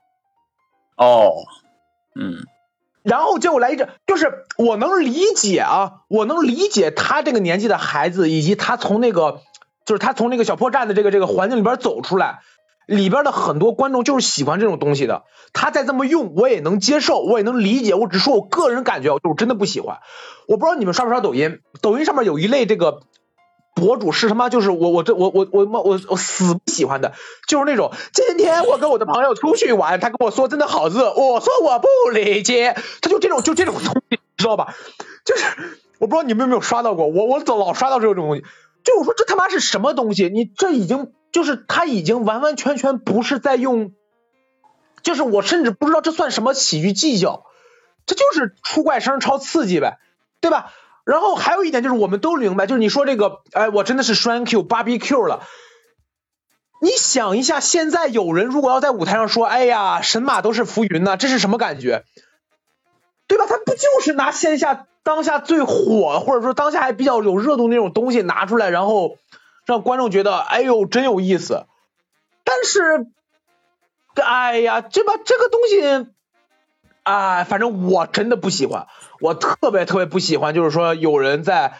然后结果来一阵，就是我能理解他这个年纪的孩子，以及他从那个小破站的这个环境里边走出来，里边的很多观众就是喜欢这种东西的。他再这么用，我也能接受，我也能理解。我只说我个人感觉，我真的不喜欢。我不知道你们刷不刷抖音，抖音上面有一类这个博主是他妈就是我死不喜欢的，就是那种今天我跟我的朋友出去玩，他跟我说真的好热，我说我不理解，他就这种东西，知道吧？就是我不知道你们有没有刷到过，我老刷到这种东西。就我说这他妈是什么东西？你这已经就是他已经完完全全不是在用，就是我甚至不知道这算什么喜剧技巧，这就是出怪声超刺激呗，对吧？然后还有一点就是我们都明白，就是你说这个，我真的是栓 Q BBQ 了。你想一下，现在有人如果要在舞台上说，哎呀，神马都是浮云呢，这是什么感觉？对吧？他不就是拿线下当下最火，或者说当下还比较有热度那种东西拿出来，然后让观众觉得哎呦真有意思。但是哎呀这个东西啊，反正我真的不喜欢，我特别不喜欢，就是说有人在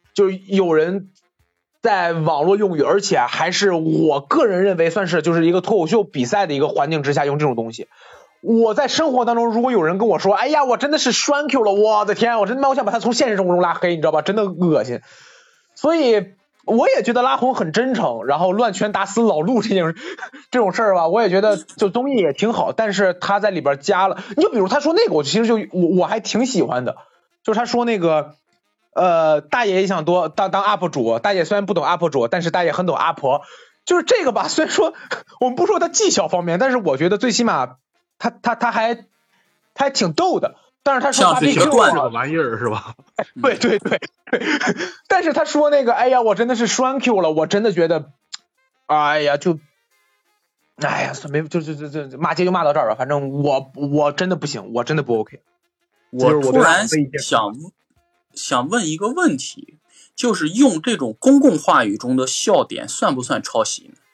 网络用语，而且还是我个人认为算是就是一个脱口秀比赛的一个环境之下用这种东西。我在生活当中，如果有人跟我说，哎呀，我真的是栓 Q 了，我的天，我想把他从现实生活中拉黑，你知道吧？真的恶心。所以我也觉得拉红很真诚，然后乱拳打死老陆这种事儿吧，我也觉得就综艺也挺好，但是他在里边加了，你就比如他说那个，我其实我还挺喜欢的，就是他说那个大爷也想当 UP 主，大爷虽然不懂 UP 主，但是大爷很懂阿婆，就是这个吧。虽然说我们不说他技巧方面，但是我觉得最起码他还挺逗的。但是他说 BBQ
这个玩意儿是吧？
对，但是他说那个，哎呀，我真的是栓 Q 了，我真的觉得，哎呀，没骂街就骂到这儿了。反正我真的不行，我真的不 OK。
我突然想问一个问题，就是用这种公共话语中的笑点算不算抄袭呢？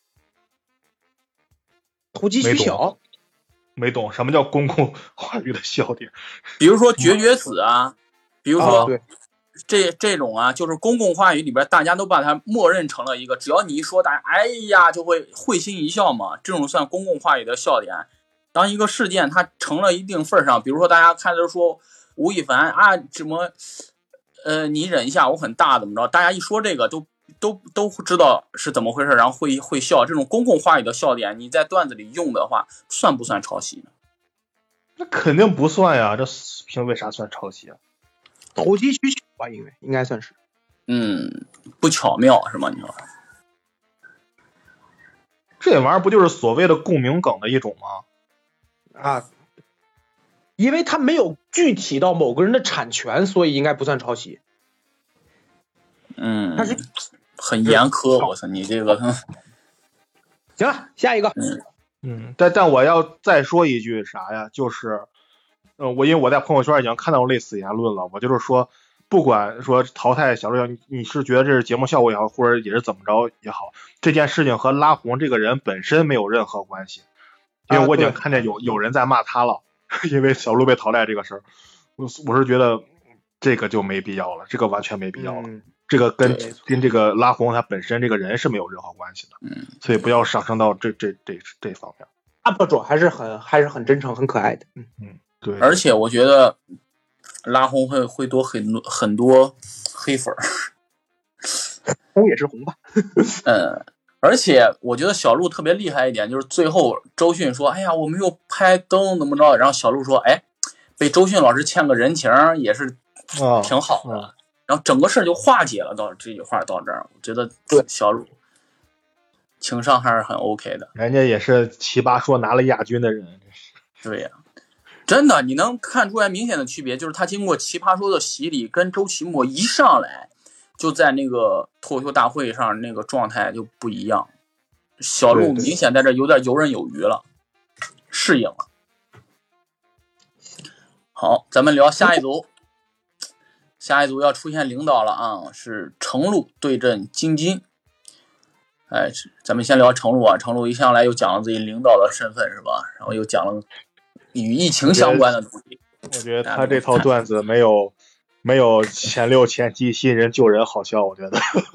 投机取巧。
没懂什么叫公共话语的笑点，
比如说绝子啊，比如说这种啊，就是公共话语里边大家都把它默认成了一个，只要你一说，大家哎呀就会会心一笑嘛，这种算公共话语的笑点。当一个事件它成了一定份上，比如说大家看着说吴亦凡啊怎么你忍一下我很大怎么着，大家一说这个都知道是怎么回事，然后会笑。这种公共话语的笑点，你在段子里用的话，算不算抄袭呢？
那肯定不算呀，这凭为啥算抄袭啊？
投机取巧吧，应该算是。
不巧妙是吗？你说
这玩意儿不就是所谓的共鸣梗的一种吗？
啊，因为他没有具体到某个人的产权，所以应该不算抄袭。他是
很严苛，我操，你这个
行了，下一个。
但我要再说一句啥呀？就是因为我在朋友圈已经看到类似言论了，我就是说，不管说淘汰小鹿，你是觉得这是节目效果也好，或者也是怎么着也好，这件事情和拉红这个人本身没有任何关系。因为我已经看见有人在骂他了，因为小鹿被淘汰这个事儿，我是觉得这个就没必要了，这个完全没必要了。这个跟这个拉红他本身这个人是没有任何关系的，所以不要上升到这方面。
UP 主还是很真诚、很可爱的，
对。
而且我觉得拉红会多很多黑粉，
红也是红吧。
而且我觉得小鹿特别厉害一点，就是最后周迅说：“哎呀，我没有拍灯怎么着？”然后小鹿说：“哎，被周迅老师欠个人情也是挺好的。”然后整个事儿就化解了。到这句话到这儿，我觉得小鹿情商还是很 OK 的。
人家也是奇葩说拿了亚军的人。
对呀，真的你能看出来明显的区别，就是他经过奇葩说的洗礼，跟周奇墨一上来就在那个脱口秀大会上那个状态就不一样。小鹿明显在这有点游刃有余了，适应了。好，咱们聊下一组。下一组要出现领导了啊，是程璐对阵金金。咱们先聊程璐啊，程璐一上来又讲了自己领导的身份是吧？然后又讲了与疫情相关的东西。
我觉得他这套段子没有前6前7新人救人好笑，我觉得。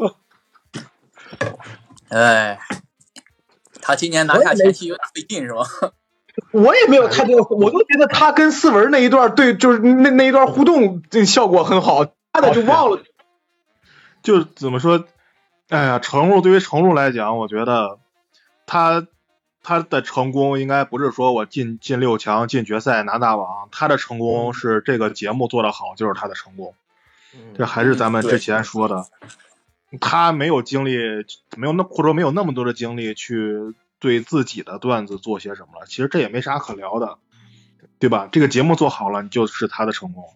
他今年拿下前期有点费劲是吧？
我也没有太多，我就觉得他跟思文那一段就是那一段互动效果很好，他的就忘了。
就怎么说？哎呀，程璐对于程璐来讲，我觉得他的成功应该不是说我进6强进决赛拿大王，他的成功是这个节目做得好，就是他的成功。这还是咱们之前说的，他没有精力，或者说没有那么多的精力去对自己的段子做些什么了。其实这也没啥可聊的，对吧？这个节目做好了，你就是他的成功。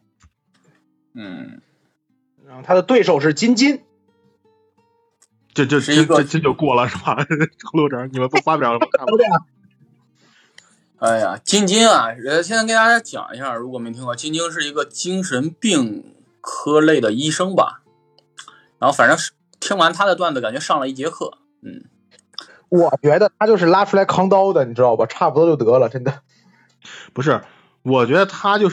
然后他的对手是金金。
这就过了是吧？程璐这你们不发表什么看法？
哎呀，金金啊，现在跟大家讲一下，如果没听过，金金是一个精神病科类的医生吧。然后反正是听完他的段子，感觉上了一节课。
我觉得他就是拉出来扛刀的，你知道吧？差不多就得了，真的。
不是，我觉得他就是，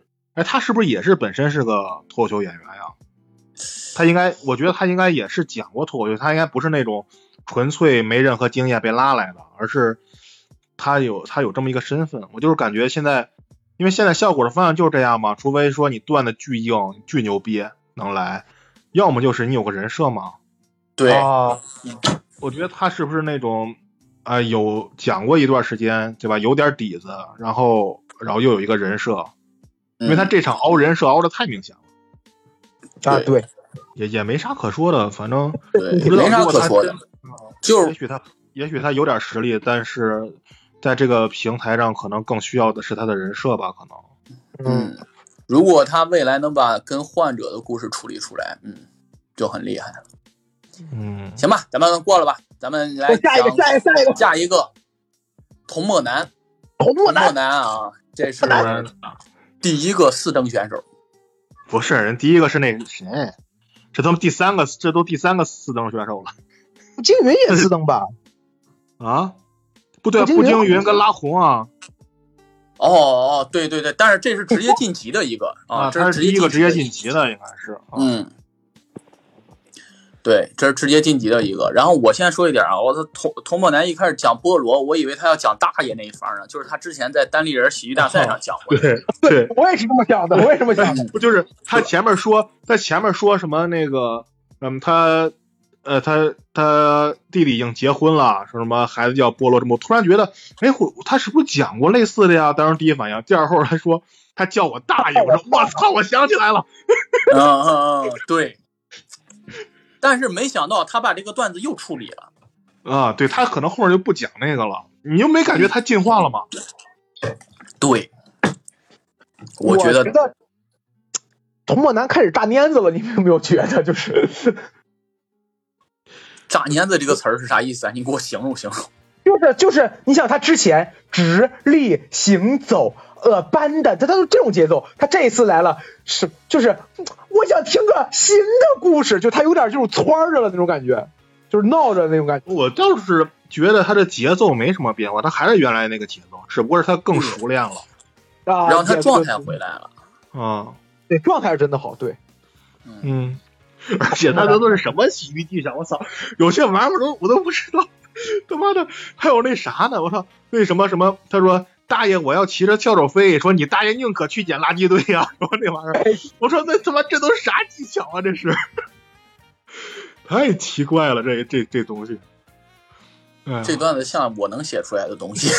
他是不是也是本身是个脱口秀演员呀？我觉得他应该也是讲过脱口秀，他应该不是那种纯粹没任何经验被拉来的，而是他有这么一个身份。我就是感觉现在，因为现在效果的方向就是这样嘛，除非说你段的巨硬、巨牛逼能来，要么就是你有个人设嘛。
对
啊，
我觉得他是不是那种有讲过一段时间，对吧？有点底子，然后又有一个人设，因为他这场凹人设凹的太明显了。
对，
也没啥可说的，反正
没啥可说的，
就是也许他有点实力，但是在这个平台上可能更需要的是他的人设吧，可能。
如果他未来能把跟患者的故事处理出来，就很厉害了。行吧，咱们过了吧，咱们来下一个童漠男。童漠男啊，这是第一个四登选手。
不是，人第一个是那谁，这都第三个四登选手了。
步惊云也四登吧？
啊，不对，步惊云跟拉红啊。
对，但是这是直接晋级的一个啊，
这是第一个直接晋级的，应该是。
对，这是直接晋级的一个。然后我先说一点啊，我的童漠男一开始讲菠萝，我以为他要讲大爷那一方呢，就是他之前在单立人喜剧大赛上讲过的。
对，
我也是这么想的，
不就是他前面说什么那个，他弟弟已经结婚了，说什么孩子叫菠萝，我突然觉得，他是不是讲过类似的呀？当时第一反应，第二后他说他叫我大爷，我说我操，我想起来了。
对。但是没想到他把这个段子又处理了
对，他可能后面就不讲那个了。你又没感觉他进化了吗？
对，我觉得
童漠男开始炸拈子了，你们有没有觉得？就是
炸拈子这个词儿是啥意思啊？你给我形容形容。
就是你想他之前直立行走搬的，他都这种节奏，他这一次来了就是我想听个新的故事，就他有点这种窜着了那种感觉，就是闹着那种感觉。
我倒是觉得他的节奏没什么变化，他还是原来那个节奏，只不过是他更熟练了，
让他状态回来
了。
对，状态是真的好，对。
而且他都是什么喜剧技巧，我操，有些玩意儿我都不知道。他妈的，还有那啥呢？我操，那什么，他说大爷我要骑着跳蚤飞，说你大爷宁可去捡垃圾堆呀，说那玩意儿，我说那他妈这都是啥技巧啊？这是太奇怪了，这东西。
这段子像我能写出来的东西，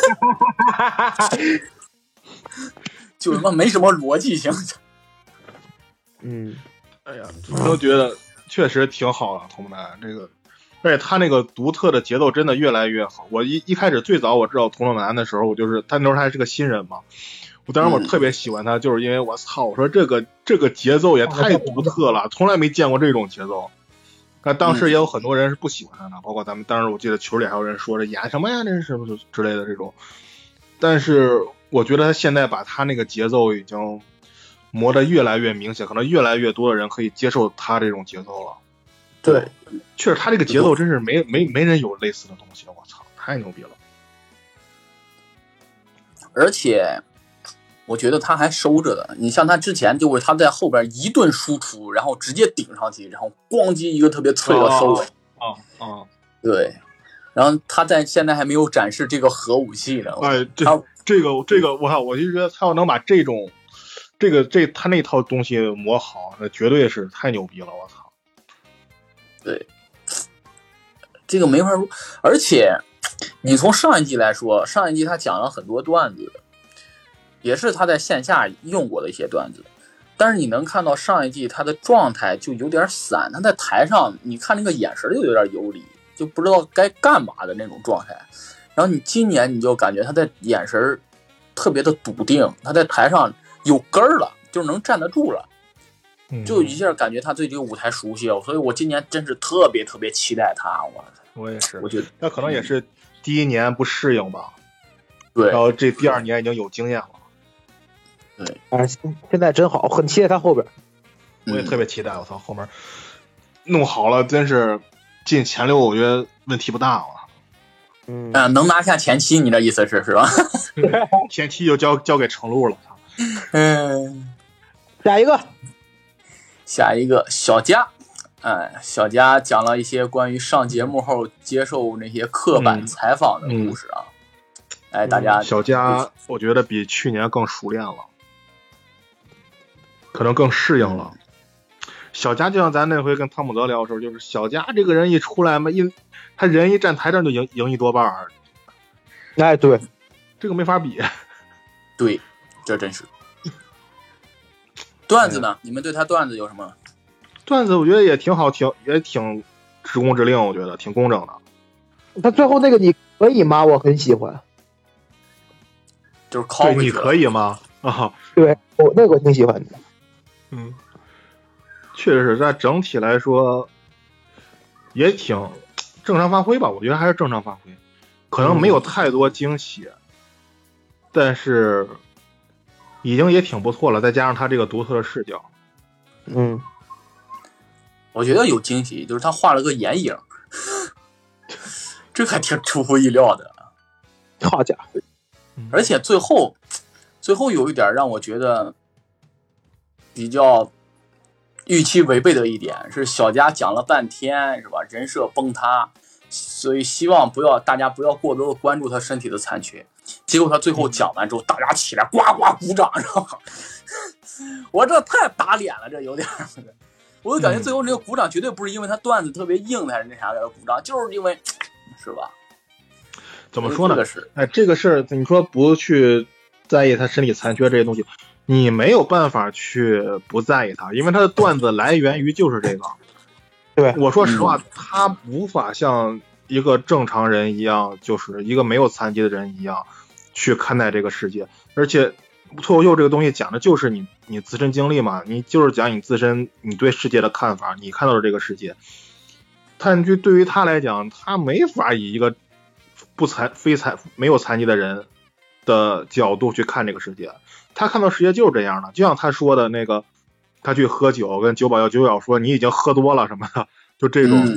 就他妈没什么逻辑性。
哎呀，我都觉得确实挺好的，童漠男这个。而且他那个独特的节奏真的越来越好。我一开始最早我知道童漠男的时候，我就是他那时候还是个新人嘛，当时我特别喜欢他，就是因为我操，我说这个节奏也太独特了，从来没见过这种节奏。但当时也有很多人是不喜欢他的，包括咱们当时我记得群里还有人说这演什么呀，这是不是之类的这种。但是我觉得他现在把他那个节奏已经磨得越来越明显，可能越来越多的人可以接受他这种节奏了。
对，
确实他这个节奏真是没人有类似的东西，我操，太牛逼了。
而且我觉得他还收着的，你像他之前就是他在后边一顿输出，然后直接顶上去，然后咣叽一个特别脆的收尾。对，然后他在现在还没有展示这个核武器呢。这个我操，我就觉得他要能把这种他那套东西磨好，那绝对是太牛逼了，我操。对，这个没法说。而且你从上一季来说，上一季他讲了很多段子，也是他在线下用过的一些段子，但是你能看到上一季他的状态就有点散，他在台上你看那个眼神就有点游离，就不知道该干嘛的那种状态。然后你今年你就感觉他在眼神特别的笃定，他在台上有根儿了，就能站得住了，就一下感觉他对这个舞台熟悉了，所以我今年真是特别特别期待他。我也是，我觉得他可能也是第一年不适应吧，对，然后这第二年已经有经验了。对，现在真好，很期待他后边。我也特别期待，我操，后面
弄好了，真是进前6，我觉得问题不大了。
能拿下前7，你的意思是吧？
前期就交给程璐了。
下一个
小佳，小佳讲了一些关于上节目后接受那些刻板采访的故事啊。大家
小佳，我觉得比去年更熟练了，可能更适应了。小佳就像咱那回跟汤姆德聊的时候，就是小佳这个人一出来嘛，他人一站台上就赢一多半。
对，
这个没法比。
对，这真是。段子呢？你们对他段子有什么？
段子我觉得也挺好，也挺直工直令，我觉得挺工整的。
他最后那个你可以吗？我很喜欢。
就是靠
你可以吗？
对，那个我挺喜欢的。
确实是在整体来说也挺正常发挥吧，我觉得还是正常发挥，可能没有太多惊喜，但是已经也挺不错了，再加上他这个独特的视角。
我觉得有惊喜，就是他画了个眼影，这还挺出乎意料的。
好家伙！
而且最后有一点让我觉得比较预期违背的一点是，小佳讲了半天是吧，人设崩塌，所以希望大家不要过多的关注他身体的残缺。结果他最后讲完之后，大家起来呱呱鼓掌，是吧？我这太打脸了，这有点。我就感觉最后这个鼓掌绝对不是因为他段子特别硬还是那啥的鼓掌，就是因为是吧？
怎么说呢？这个事儿你说不去在意他身体残缺这些东西，你没有办法去不在意他，因为他的段子来源于就是这个。
对，
我说实话，他无法像一个正常人一样，就是一个没有残疾的人一样去看待这个世界。而且脱口秀这个东西讲的就是你自身经历嘛，你就是讲你自身你对世界的看法，你看到的这个世界。但就对于他来讲，他没法以一个没有残疾的人的角度去看这个世界，他看到世界就是这样的。就像他说的那个，他去喝酒，跟酒保说你已经喝多了什么的，就这种。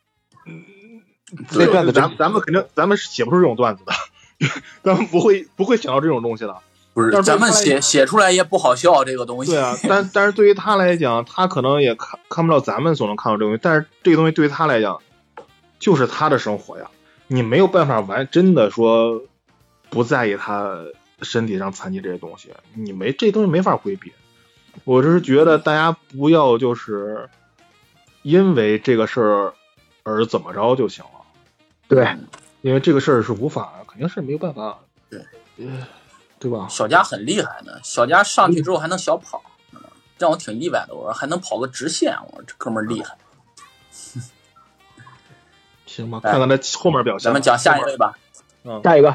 这段子
咱们写不出这种段子的，咱们不会想到这种东西的。
不是，咱们写出来也不好笑这个东西。
对啊，但是对于他来讲，他可能也看不到咱们所能看到这个东西，但是这个东西对于他来讲，就是他的生活呀。你没有办法真的说不在意他身体上残疾这些东西，这东西没法规避。我只是觉得大家不要就是因为这个事儿而怎么着就行了。
对，
因为这个事儿是肯定是没有办法。对吧？
小佳很厉害呢，小佳上去之后还能小跑，让我挺意外的。我说还能跑个直线，我说这哥们儿厉害。
行吧，看看他后面表现。
咱们讲下一位吧。
下一个，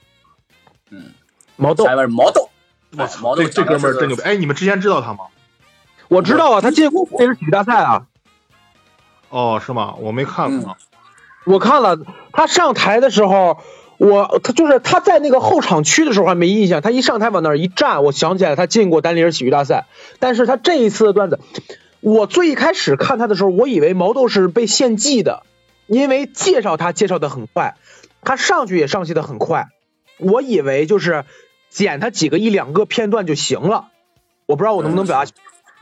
毛豆。
下一位是毛豆。
毛豆这哥们儿真牛逼！你们之前知道他吗？
我知道啊，他进过电视体育大赛啊。
哦，是吗？我没看过。
我看了，他上台的时候。他在那个后场区的时候还没印象，他一上台往那儿一站，我想起来他进过单立人喜剧大赛。但是他这一次的段子，我最一开始看他的时候，我以为毛豆是被献祭的，因为介绍他介绍的很快，他上去也上去的很快，我以为就是剪他几个1-2个片段就行了，我不知道我能不能表达。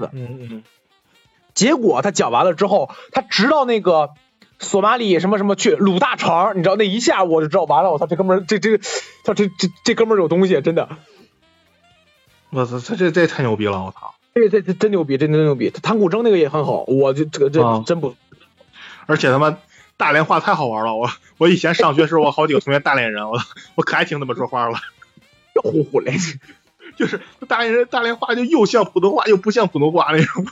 结果他讲完了之后，他直到那个索马里什么什么去鲁大肠，你知道那一下我就知道完了，我操，这哥们儿这哥们儿有东西，真的。
我操，这太牛逼了，我操！
这真牛逼，真牛逼！他弹古筝那个也很好，我这真不。
而且他妈大连话太好玩了，我以前上学时候我好几个同学大连人，我可爱听他们说话了，
呼呼嘞，
就是大连话就又像普通话又不像普通话那种，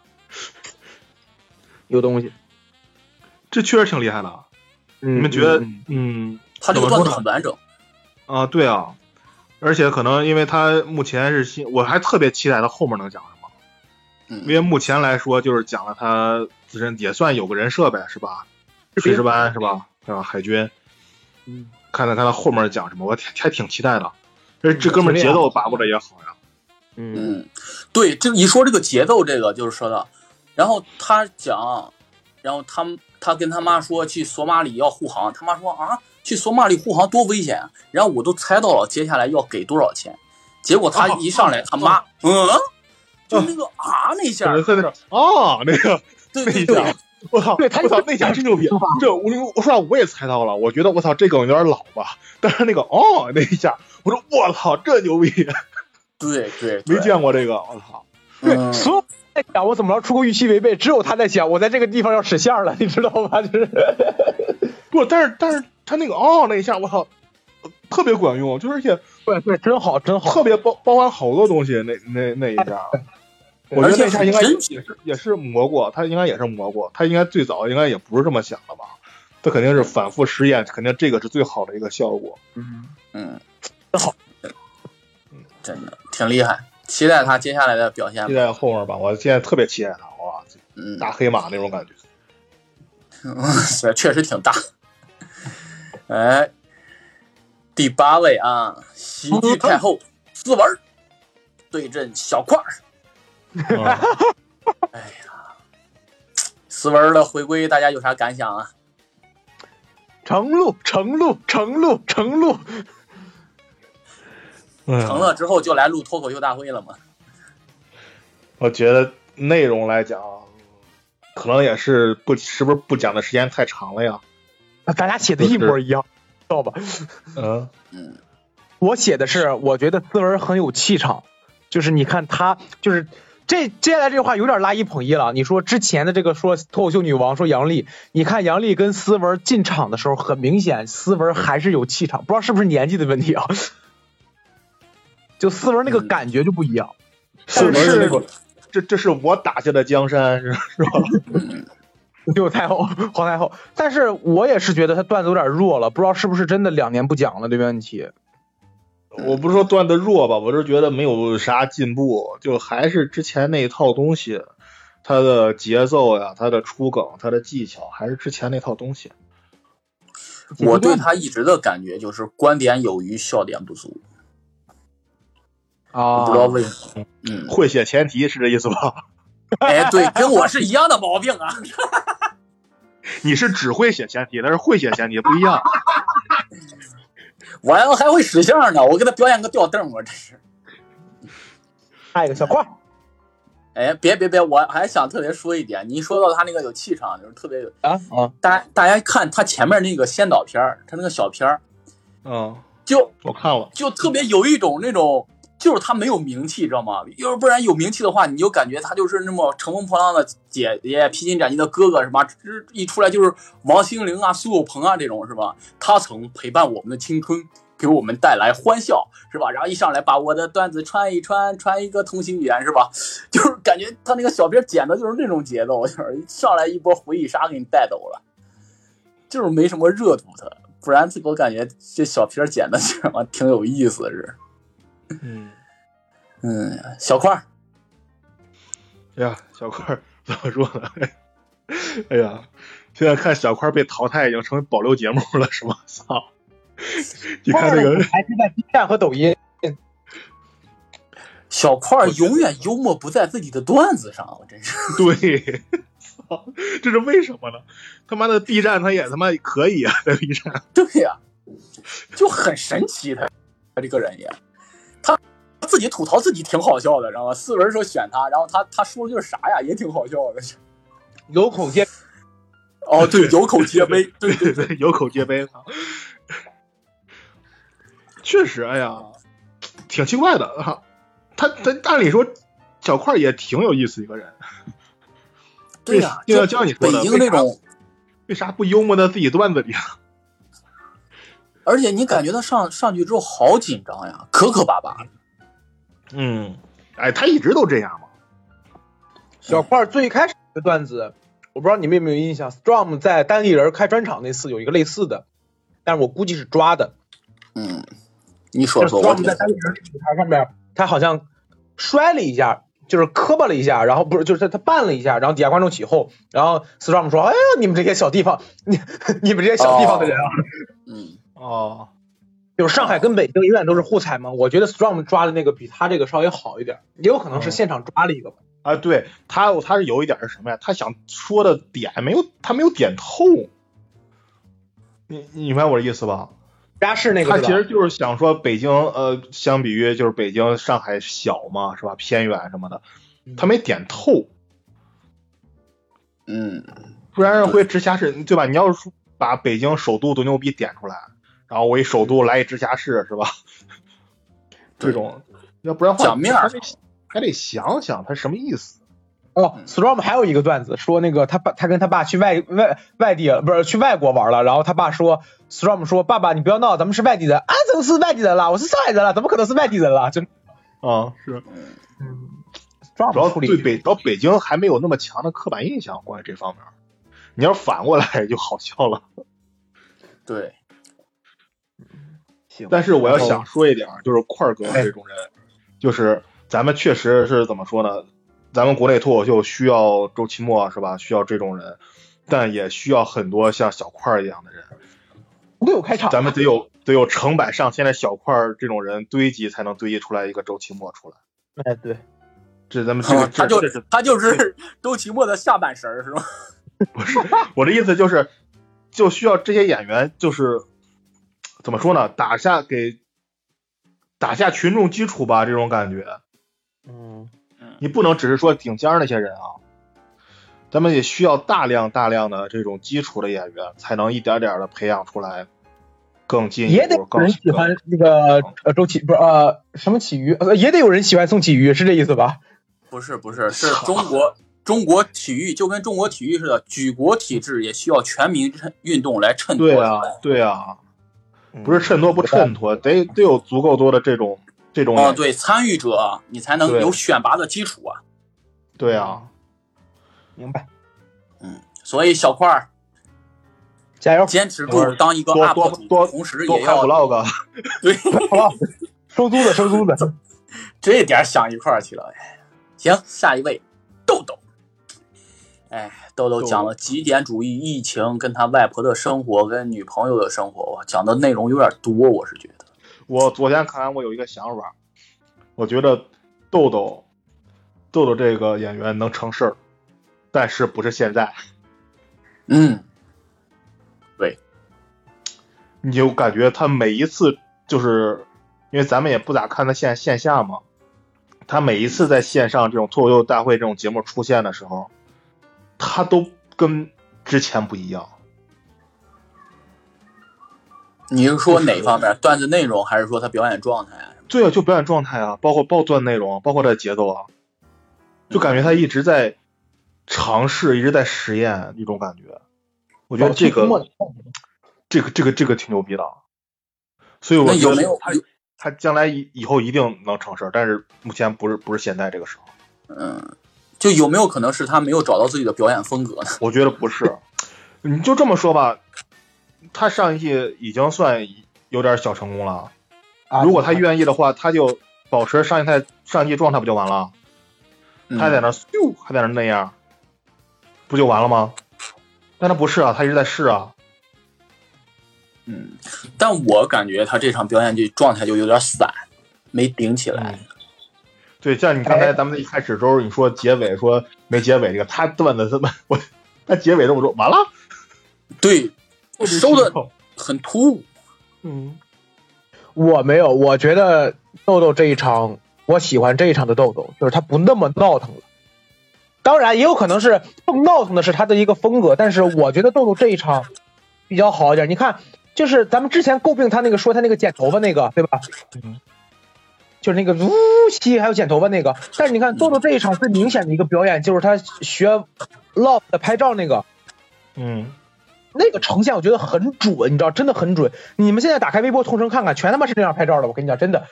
有东西。
这确实挺厉害的，你们觉得？
他这个段子很完整
啊，对啊，而且可能因为他目前是我还特别期待他后面能讲什么，因为目前来说就是讲了他自身也算有个人设呗，是吧？炊事班是吧？海军，看他后面讲什么，我还挺期待的。这哥们节奏把握的也好呀。
对，这一说这个节奏，这个就是说的，然后他讲。 然后他跟他妈说去索马里要护航，他妈说啊，去索马里护航多危险啊！然后我都猜到了接下来要给多少钱，结果他一上来，他妈就那个那一下，
那个
对
那一下，我操，
对他
我操，那下真牛逼！这我说我也猜到了，我觉得我操这梗有点老吧，但是那个那一下，我说我操这牛逼！
对，
没见过这个，我操！
对，所有在想我怎么着出个预期违背，只有他在想我在这个地方要使线了，你知道吗？就是
不，但是他那个那一下，我操，特别管用，就是而且
对，真好，
特别包含好多东西，那一下。我觉得那下应该也是磨过，他应该也是磨过，他应该最早应该也不是这么想的吧？他肯定是反复实验，肯定这个是最好的一个效果。
真好，
真的挺厉害，期待他接下来的表现。
期待后面吧，我现在特别期待他，哇，大黑马那种感觉。
确实挺大。哎，第8位啊，喜剧太后斯文对阵小块儿。哎呀，斯文的回归，大家有啥感想啊？
成路，成
了之后就来录脱口秀大会了吗？
我觉得内容来讲，可能也是是不是不讲的时间太长了呀？
大家写的一模一样，知道吧？我写的是，我觉得斯文很有气场，就是你看他就是。接下来这句话有点拉一捧一了。你说之前的这个说脱口秀女王说杨笠，你看杨笠跟斯文进场的时候，很明显斯文还是有气场，不知道是不是年纪的问题啊？就斯文那个感觉就不一样。
斯文是那个，这是我打下的江山，是吧？
就皇太后，但是我也是觉得他段子有点弱了，不知道是不是真的2年不讲了这个问题。
我不是说段子弱吧，我是觉得没有啥进步，就还是之前那一套东西，他的节奏呀，他的出梗，他的技巧，还是之前那套东西。
我对他一直的感觉就是观点有余，笑点不足。不知道为什么。
会写前提是这意思吧？
哎，对，跟我是一样的毛病啊。
你是只会写前提，但是会写前提不一样。
我还会使相呢，我给他表演个吊凳，我这是。
下一个小块。
哎，别，我还想特别说一点，你说到他那个有气场，就是特别有大家看他前面那个先导片，他那个小片就
我看了，
就特别有一种那种，就是他没有名气，知道吗？要不然有名气的话，你就感觉他就是那么乘风破浪的姐姐，披荆斩棘的哥哥，是吧？一出来就是王心凌啊、苏有朋啊这种，是吧？他曾陪伴我们的青春，给我们带来欢笑，是吧？然后一上来把我的段子穿一个通行语言，是吧？就是感觉他那个小片剪的就是那种节奏，就是上来一波回忆杀给你带走了，就是没什么热度的。不然我感觉这小片剪的挺有意思的是。小块儿，
哎呀，小块儿怎么说呢？哎呀，现在看小块被淘汰已经成为保留节目了，是吗？操！你看这个
还是在 B 站和抖音。
小块永远幽默不在自己的段子上，我真是。
对，操，这是为什么呢？他妈的 B 站他也他妈可以啊，在 B 站。
对呀，就很神奇他这个人也。自己吐槽自己挺好笑的，知道吗？4轮时候选他，然后他说的就是啥呀，也挺好笑的。
有口皆
对，有口皆碑，对，
有口皆碑。确实，哎呀，挺奇怪的啊。他按理说，小块也挺有意思一个人。
对呀，
就像你说的，
北京那种，
为啥不幽默在自己段子里？
而且你感觉他上去之后好紧张呀，磕巴巴的。
他一直都这样嘛。
小块最开始的段子，我不知道你们有没有印象 ，Storm 在单立人开专场那次有一个类似的，但是我估计是抓的。
你说说。
Storm 在单立人舞台上面，他好像摔了一下，就是磕巴了一下，然后不是，就是他绊了一下，然后底下观众起哄，然后 Storm 说：“哎呀，你们这些小地方，你们这些小地方的人啊。”就是上海跟北京永远都是互踩嘛，我觉得 Storm 抓的那个比他这个稍微好一点，也有可能是现场抓了一个吧。
啊，对他是有一点是什么呀？他想说的点他没有点透，你明白我的意思吧？
家世那个，
他其实就是想说北京相比于就是北京上海小嘛，是吧？偏远什么的，他没点透。不然会直辖市，对吧？你要是把北京首都多牛逼点出来，然后我一首都来一直辖市，是吧？这种要不然话
讲面
还得想想他什么意思。
Storm 还有一个段子说那个他跟他爸去外地不是去外国玩了，然后他爸说 Storm 说爸爸你不要闹，咱们是外地人啊，怎么是外地人啦？我是上海人了，怎么可能是外地人啦？
就是主要北京还没有那么强的刻板印象关于这方面，你要反过来就好笑了。
对，
但是我要想说一点，就是块哥这种人，就是咱们确实是怎么说呢？咱们国内脱口秀需要周奇墨是吧？需要这种人，但也需要很多像小块一样的人。
没有开场，
咱们得有成百上千的小块这种人堆积，才能堆积出来一个周奇墨出来。
哎，对，
这咱们
他就是周奇墨的下半身是吗？
不是，我的意思就需要这些演员，就是怎么说呢？打下群众基础吧，这种感觉。你不能只是说顶尖那些人啊，咱们也需要大量的这种基础的演员，才能一点点的培养出来更进一步。
也得有人喜欢那个周启不是什么启瑜，也得有人喜欢宋启瑜，是这意思吧？
不是，是中国体育就跟中国体育似的，举国体制也需要全民运动来衬托。
对啊，不是衬托不衬托，得有足够多的这种
对参与者，你才能有选拔的基础啊。
对啊，
明白。
所以小块
加油，
坚持住，当一个 UP 主，同时也要
vlog。
对，
收租子，
这点想一块儿去了。行，下一位豆豆。豆豆讲了极简主义、疫情，跟他外婆的生活，跟女朋友的生活，讲的内容有点多，我是觉得。
我昨天看完，我有一个想法，我觉得豆豆这个演员能成事儿，但是不是现在。
对，
你就感觉他每一次，就是因为咱们也不咋看他线下嘛，他每一次在线上这种脱口秀大会这种节目出现的时候，他都跟之前不一样。
你是说哪方面？段子内容，还是说他表演状态啊？
对啊，就表演状态啊，包括段内容，包括他的节奏啊，就感觉他一直在尝试，一直在实验一种感觉。我觉得这个挺牛逼的，所以我觉得他将来以后一定能成事，但是目前不是现在这个时候。
就有没有可能是他没有找到自己的表演风格呢？
我觉得不是，你就这么说吧，他上一季已经算有点小成功了。如果他愿意的话，他就保持上一季状态不就完了？他在那还在那样，不就完了吗？但他不是啊，他一直在试啊。
但我感觉他这场表演状态就有点散，没顶起来。
对，像你刚才咱们一开始时候你说结尾说没结尾这个，他段子这么他结尾这么说完了，
对，收的很突兀。
我没有，我觉得豆豆这一场，我喜欢这一场的豆豆，就是他不那么闹腾了。当然也有可能是更闹腾的是他的一个风格，但是我觉得豆豆这一场比较好一点。你看，就是咱们之前诟病他那个说他那个剪头发那个，对吧？就是那个呜西还有剪头发那个，但是你看豆豆这一场最明显的一个表演就是他学 Love 的拍照那个，那个呈现我觉得很准，你知道，真的很准。你们现在打开微博同城看看，全他妈是这样拍照的，我跟你讲，真的，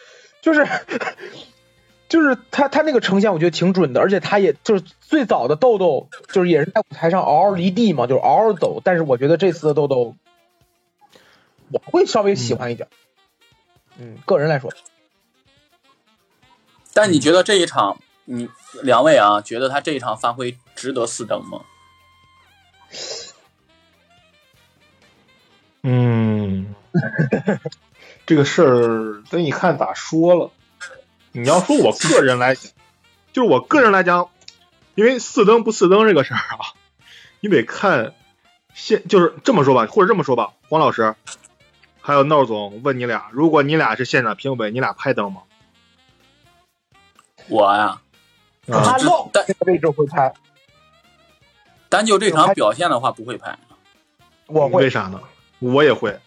就是他那个呈现我觉得挺准的，而且他也就是最早的豆豆就是也是在舞台上嗷嗷离地嘛，就是嗷嗷走，但是我觉得这次的豆豆我会稍微喜欢一点，个人来说。
但你觉得这一场，你两位啊，觉得他这一场发挥值得4等吗？
这个事儿得你看咋说了。你要说我个人来讲，就是我个人来讲， 因为四灯不四灯这个事儿啊，你得看就是这么说吧，或者这么说吧，黄老师还有闹总问你俩，如果你俩是现场评委，你俩拍灯吗？
我呀，
他漏这个位置会拍，
单就这场表现的话不会拍。
我会。
为啥呢？我也会。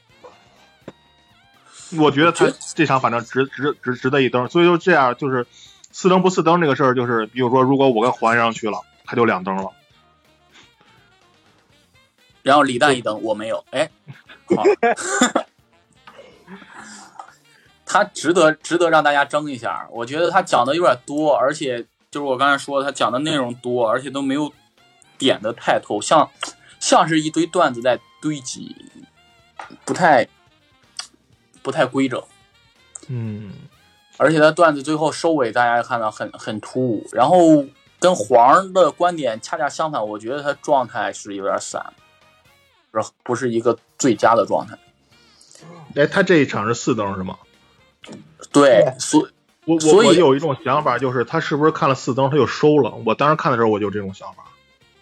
我觉得他这场反正值得一灯，所以就这样，就是四灯不四灯这个事儿，就是比如说，如果我跟黄上去了，他就2灯了。
然后李诞一灯，我没有，哎，好，他值得让大家争一下。我觉得他讲的有点多，而且就是我刚才说他讲的内容多，而且都没有点的太透，像是一堆段子在堆积，不太规整。而且他段子最后收尾，大家看到很突兀，然后跟黄的观点恰恰相反，我觉得他状态是有点散，不是一个最佳的状态。
哎，他这一场是4灯是吗？
对，所以
我有一种想法，就是他是不是看了4灯他就收了？我当时看的时候我就这种想法。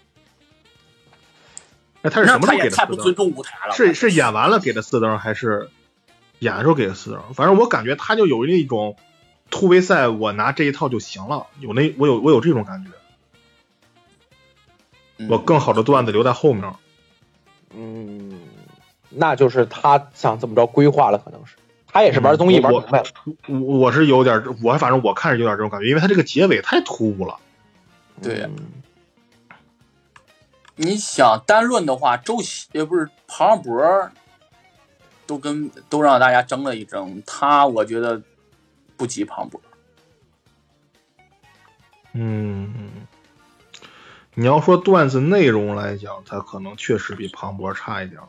哎，他是什么时候给的4灯？
太不尊重舞台了。
是演完了给的4灯，还是演的时候给的4灯？反正我感觉他就有那种突围赛，我拿这一套就行了，我有这种感觉。我更好的段子留在后面。
那就是他想怎么着规划了，可能是他也是玩综艺玩明白了。
我是有点，反正我看着有点这种感觉，因为他这个结尾太突兀了。
对呀。你想单论的话，周琦也不是庞博，都让大家争了一争，他我觉得不及庞博。
你要说段子内容来讲，他可能确实比庞博差一点。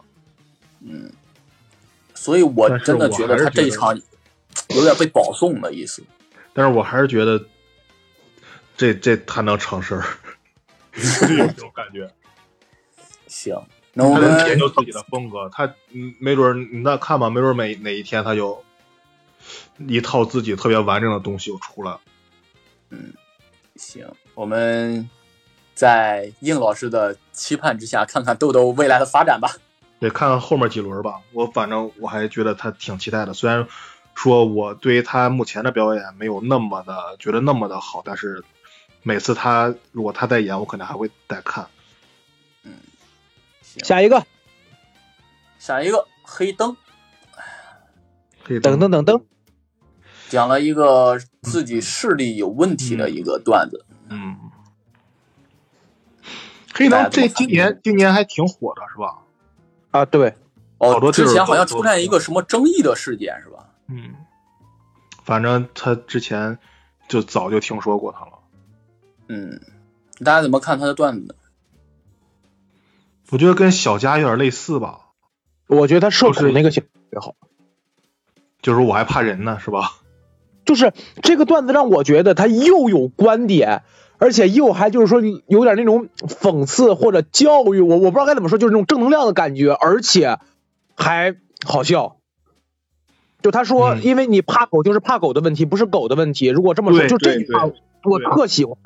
所以我真的觉得他这一场有点被保送的意思。
但是我还是觉得这他能成事儿，就有这种感觉。
行，那我们
他能研究自己的风格，他没准你再看吧，没准哪一天他就一套自己特别完整的东西就出来了。
行，我们在应老师的期盼之下，看看豆豆未来的发展吧。
得看看后面几轮吧，反正我还觉得他挺期待的。虽然说我对于他目前的表演没有那么的觉得那么的好，但是每次如果他在演，我可能还会再看。
下一个
黑灯，
等，
讲了一个自己视力有问题的一个段子。
黑灯这今年还挺火的是吧？
啊，对，
好多
之前好像出现一个什么争议的事件是吧？
反正他之前就早就听说过他了。
大家怎么看他的段子呢？
我觉得跟小佳有点类似吧。
我觉得他社恐那个写特别好，
就是我还怕人呢，是吧？
就是这个段子让我觉得他又有观点，而且又还就是说有点那种讽刺或者教育，我不知道该怎么说，就是那种正能量的感觉，而且还好笑。就他说，因为你怕狗就是怕狗的问题，不是狗的问题。如果这么说，就这句话我特喜欢。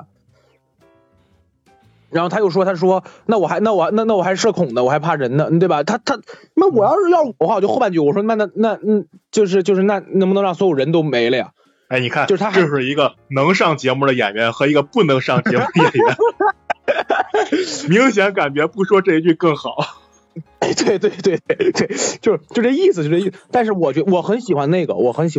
然后他又说，那我还社恐呢，我还怕人呢，对吧？那我要我的话，我就后半句我说那就是那能不能让所有人都没了呀？
哎，你看，
就是他
这是一个能上节目的演员和一个不能上节目的演员，明显感觉不说这一句更好。
对，就这意思，但是我很喜欢那个，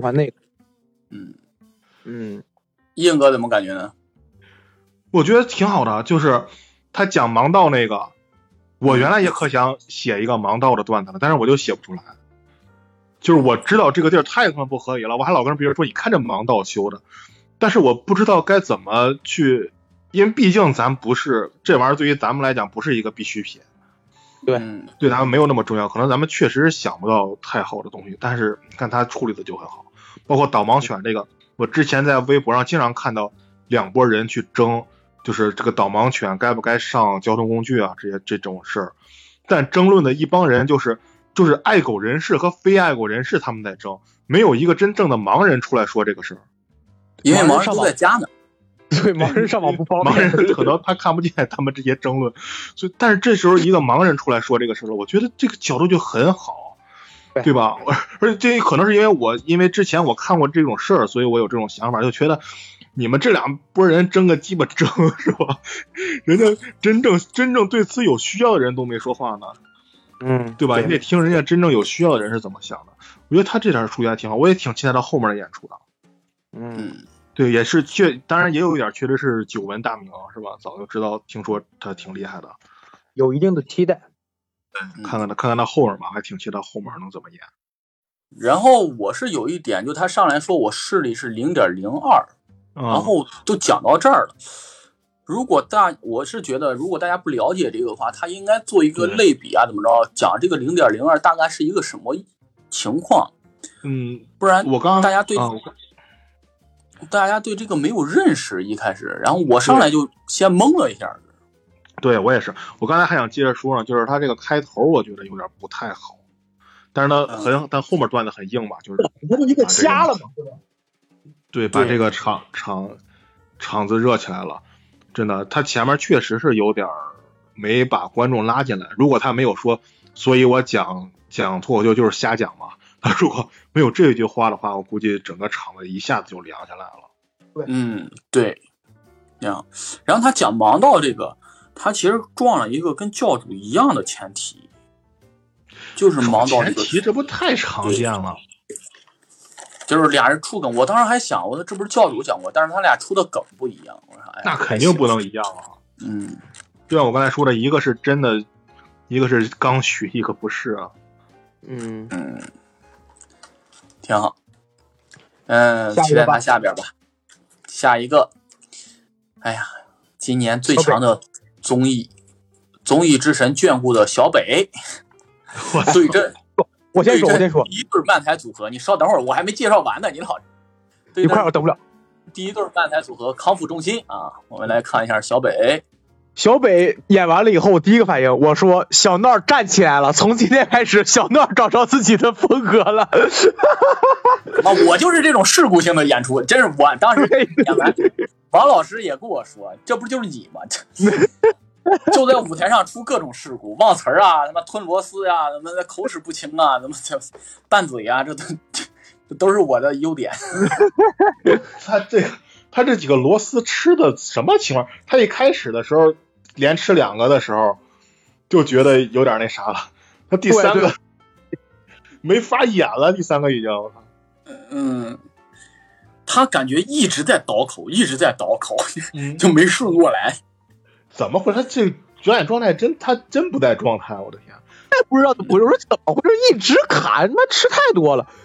硬哥怎么感觉呢？
我觉得挺好的，就是他讲盲道那个，我原来也可想写一个盲道的段子了，但是我就写不出来。就是我知道这个地儿太他妈不合理了，我还老跟别人说你看这盲道修的，但是我不知道该怎么去，因为毕竟咱不是这玩意儿，对于咱们来讲不是一个必需品，对咱们没有那么重要，可能咱们确实想不到太好的东西，但是看他处理的就很好。包括导盲犬这个，我之前在微博上经常看到两拨人去争，就是这个导盲犬该不该上交通工具啊，这种事儿，但争论的一帮人就是爱狗人士和非爱狗人士他们在争，没有一个真正的盲人出来说这个事儿。
因为盲人都在家呢。
对，盲人上网不方便，
盲人可能他看不见他们这些争论，所以但是这时候一个盲人出来说这个事儿，我觉得这个角度就很好，对吧？而且这可能是因为之前我看过这种事儿，所以我有这种想法，就觉得你们这两拨人争个鸡巴争是吧？人家真正对此有需要的人都没说话呢，对吧？你得听人家真正有需要的人是怎么想的。我觉得他这点处理还挺好，我也挺期待他后面的演出的。对，也是当然也有一点确实是久闻大名是吧？早就知道，听说他挺厉害的，
有一定的期待。
看看他后面吧，还挺期待后面能怎么演。
然后我是有一点，就他上来说我视力是0.02，然后都讲到这儿了。我是觉得，如果大家不了解这个的话，他应该做一个类比啊，怎么着讲这个0.02大概是一个什么情况？不然大家对这个没有认识，一开始，然后我上来就先懵了一下。
对，我也是，我刚才还想接着说呢，就是他这个开头我觉得有点不太好，但是但后面段子很硬吧，就是
他就一个瞎了嘛，对吧？
对，把这个场子热起来了，真的，他前面确实是有点没把观众拉进来。如果他没有说，所以我讲脱口秀就是瞎讲嘛，他如果没有这句话的话，我估计整个场子一下子就凉下来了。
对，然后他讲盲道这个，他其实撞了一个跟教主一样的前提，就是盲道
前提，这不太常见了。
就是俩人出梗，我当时还想，我说这不是教主讲过，但是他俩出的梗不一样。我说
那肯定不能一样啊。就像我刚才说的，一个是真的，一个是刚需，一个不是啊。
挺好。期待他下边吧。下一个，哎呀，今年最强的综艺之神眷顾的小北对阵。
我先说，
第一对漫才组合，你稍等会儿，我还没介绍完呢，你老。
一块儿我等不了。
第一对漫才组合康复中心啊，我们来看一下小北。
小北演完了以后，我第一个反应我说小闹站起来了，从今天开始小闹找着自己的风格了。
我就是这种事故性的演出，真是我当时演完，王老师也跟我说，这不就是你吗？就在舞台上出各种事故，忘词儿啊，他妈吞螺丝呀，他妈口齿不清啊，他妈拌嘴啊，这都是我的优点。
他这几个螺丝吃的什么情况？他一开始的时候连吃2个的时候就觉得有点那啥了，他第3个没法演了，第3个已经。
他感觉一直在倒口，就没顺过来。
怎么回事？他这表演状态他真不在状态，我的天！
不知道，我说怎么回事，一直卡，他妈吃太多了。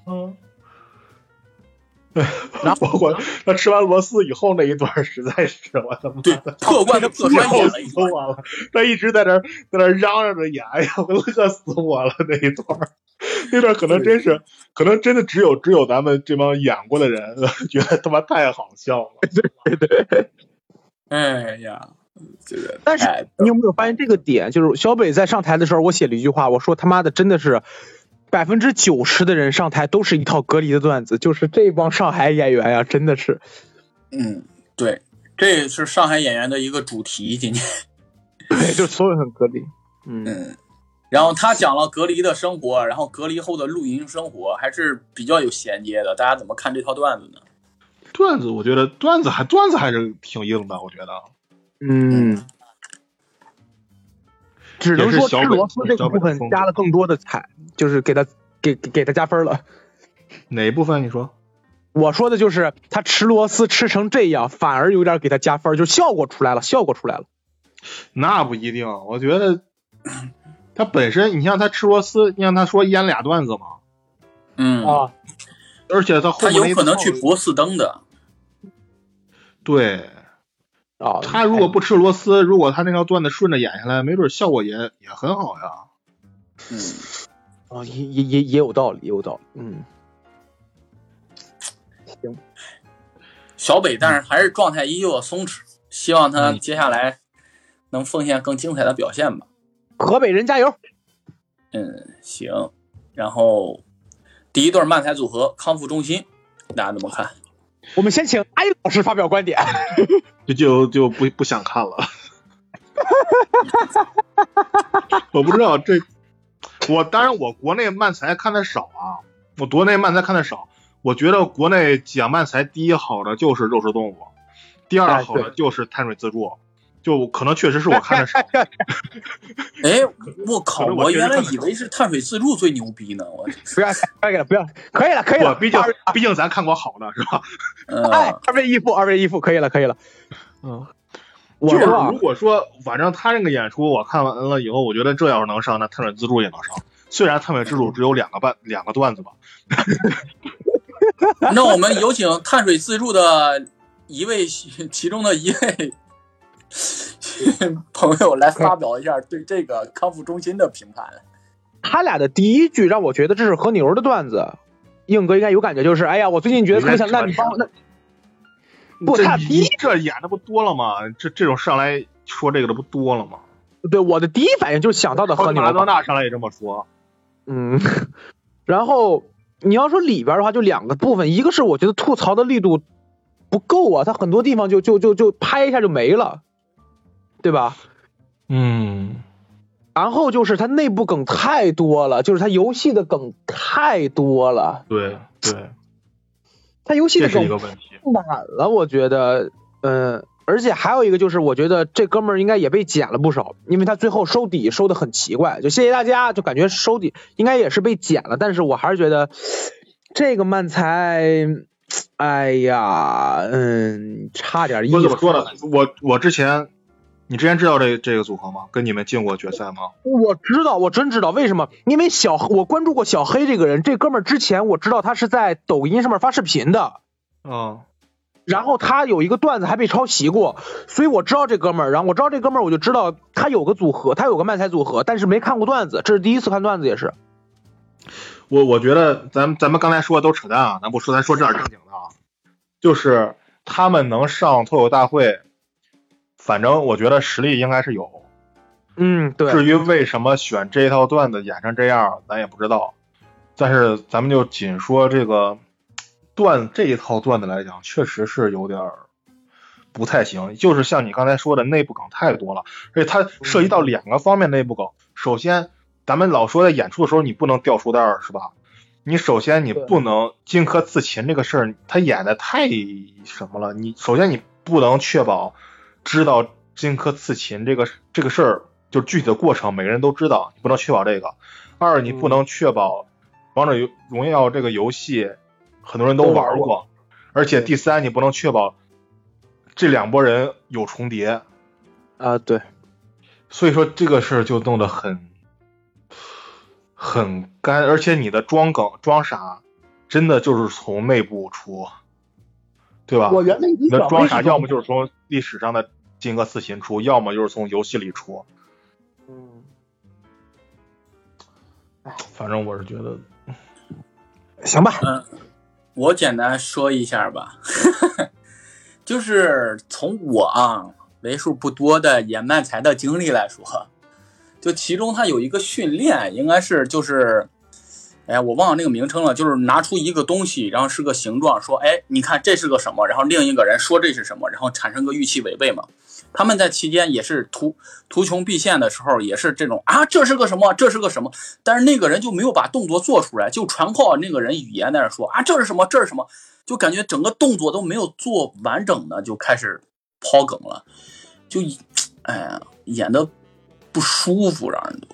然后包括他吃完螺丝以后那一段，实在是我他妈
对破罐子破摔演了一
段，他一直在那嚷嚷着演，哎呀，我乐死我了那一段可能真的只有咱们这帮演过的人觉得他妈太好笑了。
对。
哎呀，这个。
但是你有没有发现这个点？就是小北在上台的时候，我写了一句话，我说他妈的真的是90%的人上台都是一套隔离的段子，就是这帮上海演员呀，真的是。
对，这是上海演员的一个主题，今天。
对，就所有人隔离。
然后他讲了隔离的生活，然后隔离后的露营生活，还是比较有衔接的。大家怎么看这套段子呢？
段子，我觉得段子还是挺硬的，我觉得。
只能说吃螺丝这个部分加了更多的彩，就是给他加分了。
哪一部分你说？
我说的就是他吃螺丝吃成这样，反而有点给他加分，就效果出来了。
那不一定，我觉得他本身，你像他吃螺丝，你像他说演2段子嘛。而且他后面
他有可能去博四登的。
对。他如果不吃螺丝，如果他那条段子顺着演下来，没准效果也很好呀。
也有道理，行。
小北，但是还是状态依旧的松弛，希望他接下来能奉献更精彩的表现吧。
河北人加油。
行。然后第一对漫才组合康复中心，大家怎么看？
我们先请艾老师发表观点。
就不想看了。我不知道这，当然我国内漫才看的少啊，我觉得国内讲漫才第一好的就是肉食动物，第二好的就是碳水自助，就可能确实是我看的少。
哎，我靠！我原来以为是碳水自助最牛逼呢。我
不要可以了。
毕竟咱看过好的是吧？
二位一副，可以了。
就是如果说反正他那个演出我看完了以后，我觉得这要是能上，那碳水自助也能上。虽然碳水自助只有两个段子吧。
那我们有请碳水自助的其中的一位朋友来发表一下对这个康复中心的评判。
他俩的第一句让我觉得这是和牛的段子，硬哥应该有感觉，就是哎呀，我最近觉得特别想，那你帮我那。不，他
这演的不多了吗？这种上来说这个的不多了吗？
对，我的第一反应就是想到的和牛。
马拉多纳上来也这么说。
然后你要说里边的话，就两个部分，一个是我觉得吐槽的力度不够啊，他很多地方就拍一下就没了，对吧？然后就是他内部梗太多了，就是他游戏的梗太多了。
对，
他游戏的梗
这是一个问题
满了，我觉得，而且还有一个就是，我觉得这哥们儿应该也被剪了不少，因为他最后收底收的很奇怪，就谢谢大家，就感觉收底应该也是被剪了，但是我还是觉得这个漫才，哎呀，差点意思。
我怎么说呢？你之前知道这个组合吗？跟你们进过决赛吗？
我知道，我真知道，为什么？因为我关注过小黑这个人，这哥们儿之前我知道他是在抖音上面发视频的。然后他有一个段子还被抄袭过，所以我知道这哥们儿。然后我知道这哥们儿，我就知道他有个组合，他有个漫才组合，但是没看过段子，这是第一次看段子也是。
我觉得咱们刚才说的都扯淡啊，咱说这点正经的啊，就是他们能上脱口大会，反正我觉得实力应该是有。
对。
至于为什么选这一套段子演成这样，咱也不知道。但是咱们就仅说这个这一套段子来讲，确实是有点不太行。就是像你刚才说的，内部梗太多了，而且它涉及到两个方面内部梗。首先，咱们老说在演出的时候你不能掉书袋是吧？你首先你不能荆轲刺秦这个事儿，他演的太什么了？首先你不能确保知道荆轲刺秦这个事儿，就是具体的过程每个人都知道，你不能确保这个。二，你不能确保王者荣耀这个游戏很多人都玩过，而且第三，你不能确保这两拨人有重叠
啊。对，
所以说这个事儿就弄得很干，而且你的装梗装傻，真的就是从内部出，对吧？
我原来
你的装傻要么就是从历史上的荆轲刺秦出，要么就是从游戏里出。反正我是觉得，
行吧。
我简单说一下吧，就是从我为数不多的演漫才的经历来说，就其中它有一个训练，应该是就是我忘了那个名称了，就是拿出一个东西，然后是个形状，说你看这是个什么，然后另一个人说这是什么，然后产生个预期违背嘛。他们在期间也是图穷匕现的时候，也是这种这是个什么，这是个什么，但是那个人就没有把动作做出来，就全靠那个人语言在那说这是什么，这是什么，就感觉整个动作都没有做完整的就开始抛梗了，就演的不舒服，让人都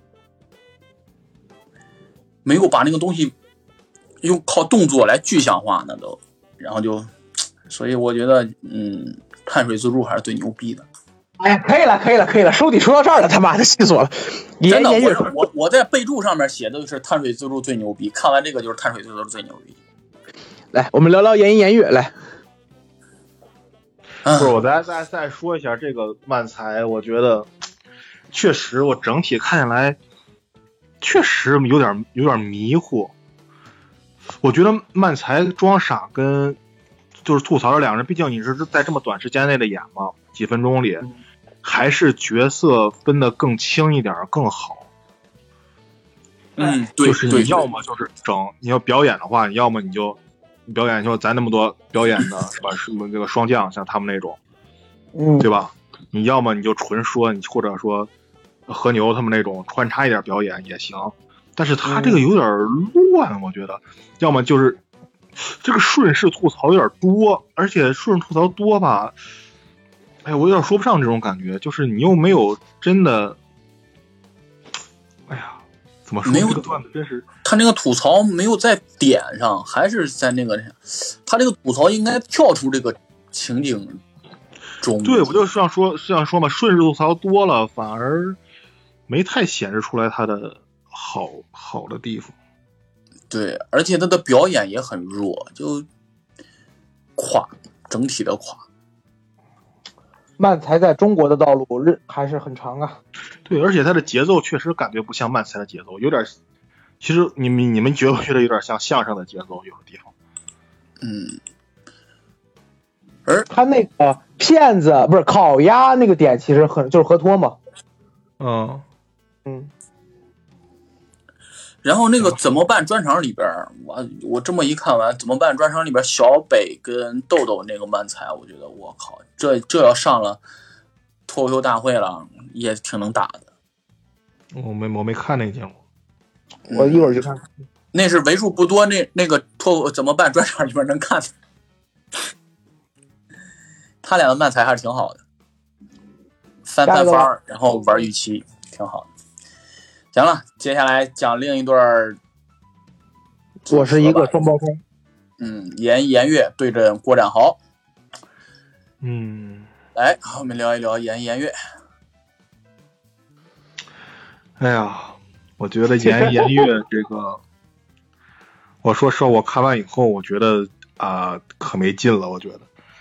没有把那个东西用靠动作来具象化呢都，然后就，所以我觉得碳水自助还是最牛逼的。
可以了，收底说到这儿了，他妈的气死我了。
真的，我在备注上面写的就是碳水自助最牛逼，看完这个就是碳水自助最牛逼。
来，我们聊聊言一言月来。
不是，我再说一下这个漫才，我觉得确实我整体看下来确实有点迷糊。我觉得漫才装傻跟就是吐槽这两人，毕竟你是在这么短时间内的演嘛，几分钟里，还是角色分得更清一点更好。
对，
就是你要么就是你要表演的话，你要么你就表演，就咱那么多表演的是吧？什么这个双降，像他们那种，对吧？你要么你就纯说，你或者说和牛他们那种穿插一点表演也行，但是他这个有点乱，我觉得，要么就是这个顺势吐槽有点多，而且顺势吐槽多吧，哎，我有点说不上这种感觉，就是你又没有真的，哎呀，怎么说这个段子真是
他那个吐槽没有在点上，还是在那个，他这个吐槽应该跳出这个情景中。
对，我就这样说嘛，顺势吐槽多了，反而没太显示出来他的好的地方。
对，而且他的表演也很弱，就垮，整体的垮。
漫才在中国的道路还是很长啊。
对，而且他的节奏确实感觉不像漫才的节奏，有点，其实你们觉不觉得有点像相声的节奏？有的地方。
而他那个骗子不是烤鸭那个点，其实就是河托嘛。
然后那个怎么办专场里边，我这么一看完，怎么办专场里边小北跟豆豆那个漫才，我觉得我靠，这要上了脱口秀大会了，也挺能打的。
我没看那个节目，
我一会儿去看看。
那是为数不多那个怎么办专场里边能看的。他俩的漫才还是挺好的，翻方，然后玩预期，挺好的。行了，接下来讲另一段。
我是一个双胞胎。
严岳对阵郭展豪。来，我们聊一聊严岳。
哎呀，我觉得严岳这个，我说实话，我看完以后，我觉得可没劲了。我觉得，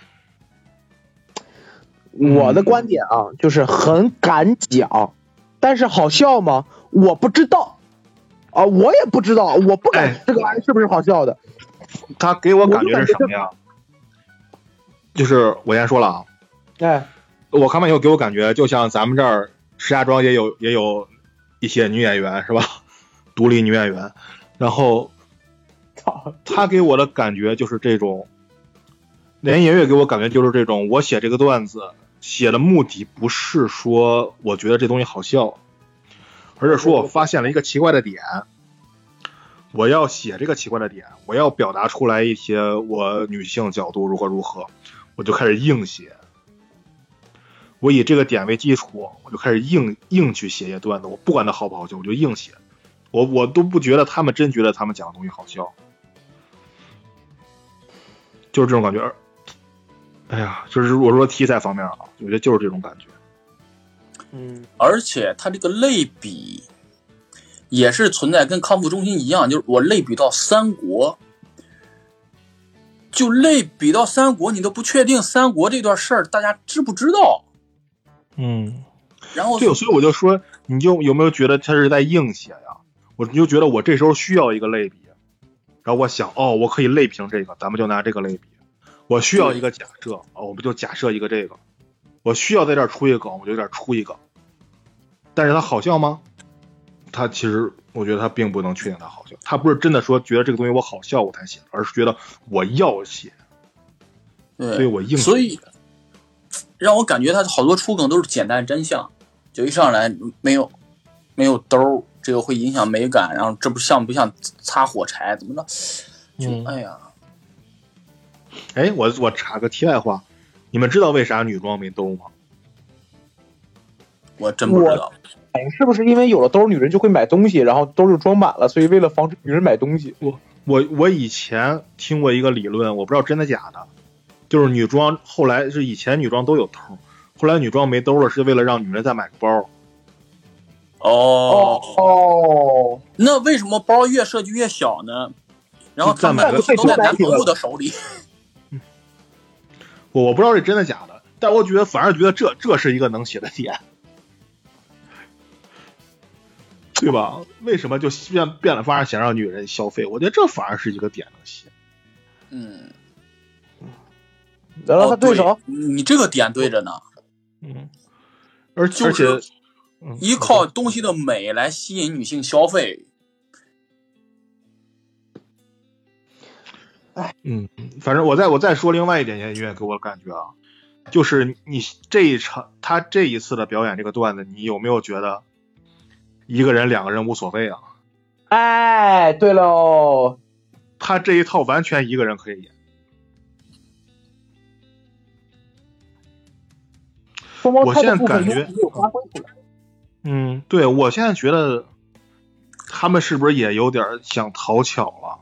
我的观点啊，就是很敢讲，但是好笑吗？我不知道啊，我也不知道，我不敢这个玩意是不是好笑的。
他给我感觉是什么呀？就是我先说了啊，我看完以后给我感觉就像咱们这儿石家庄也有一些女演员是吧？独立女演员，然后他给我的感觉就是这种，严岳给我感觉就是这种，我写这个段子写的目的不是说我觉得这东西好笑，而是说我发现了一个奇怪的点，我要写这个奇怪的点，我要表达出来一些我女性角度如何，我就开始硬写。我以这个点为基础，我就开始硬去写一些段子，我不管它好不好笑，我就硬写。我都不觉得他们真觉得他们讲的东西好笑，就是这种感觉。哎呀，就是我说题材方面啊，我觉得就是这种感觉。
而且他这个类比也是存在，跟康复中心一样，就是我类比到三国，就类比到三国，你都不确定三国这段事儿大家知不知道。然后
对，所以我就说，你就有没有觉得他是在硬写呀？我就觉得我这时候需要一个类比，然后我想，我可以类评这个，咱们就拿这个类比。我需要一个假设，我们就假设一个这个。我需要在这儿出一个梗，我就在这儿出一个。但是它好笑吗？它其实我觉得它并不能确定它好笑。它不是真的说觉得这个东西我好笑我才写，而是觉得我要写。
对，
所以我硬写。
所以让我感觉他好多出梗都是简单真相，就一上来没有兜，这个会影响美感，然后这不像擦火柴怎么着？哎呀，
我插个题外话，你们知道为啥女装没兜吗？
我真不知道。
是不是因为有了兜，女人就会买东西，然后兜就装满了，所以为了防止女人买东西？
我以前听过一个理论，我不知道真的假的，就是女装后来是以前女装都有兜，后来女装没兜了，是为了让女人再买个包。
那为什么包越设计越小呢？然后他们都在男朋友的手里。
我不知道是真的假的，但我反而觉得这是一个能写的点，对吧？为什么就变了法儿想让女人消费？我觉得这反而是一个点能写。
然后他对手，
你这个点对着呢。
而且
依靠东西的美来吸引女性消费。
反正我再说另外一点音乐给我的感觉啊，就是你他这一次的表演这个段子，你有没有觉得一个人两个人无所谓啊？
哎，对喽，
他这一套完全一个人可以演。我现在感觉，对，我现在觉得他们是不是也有点想讨巧了？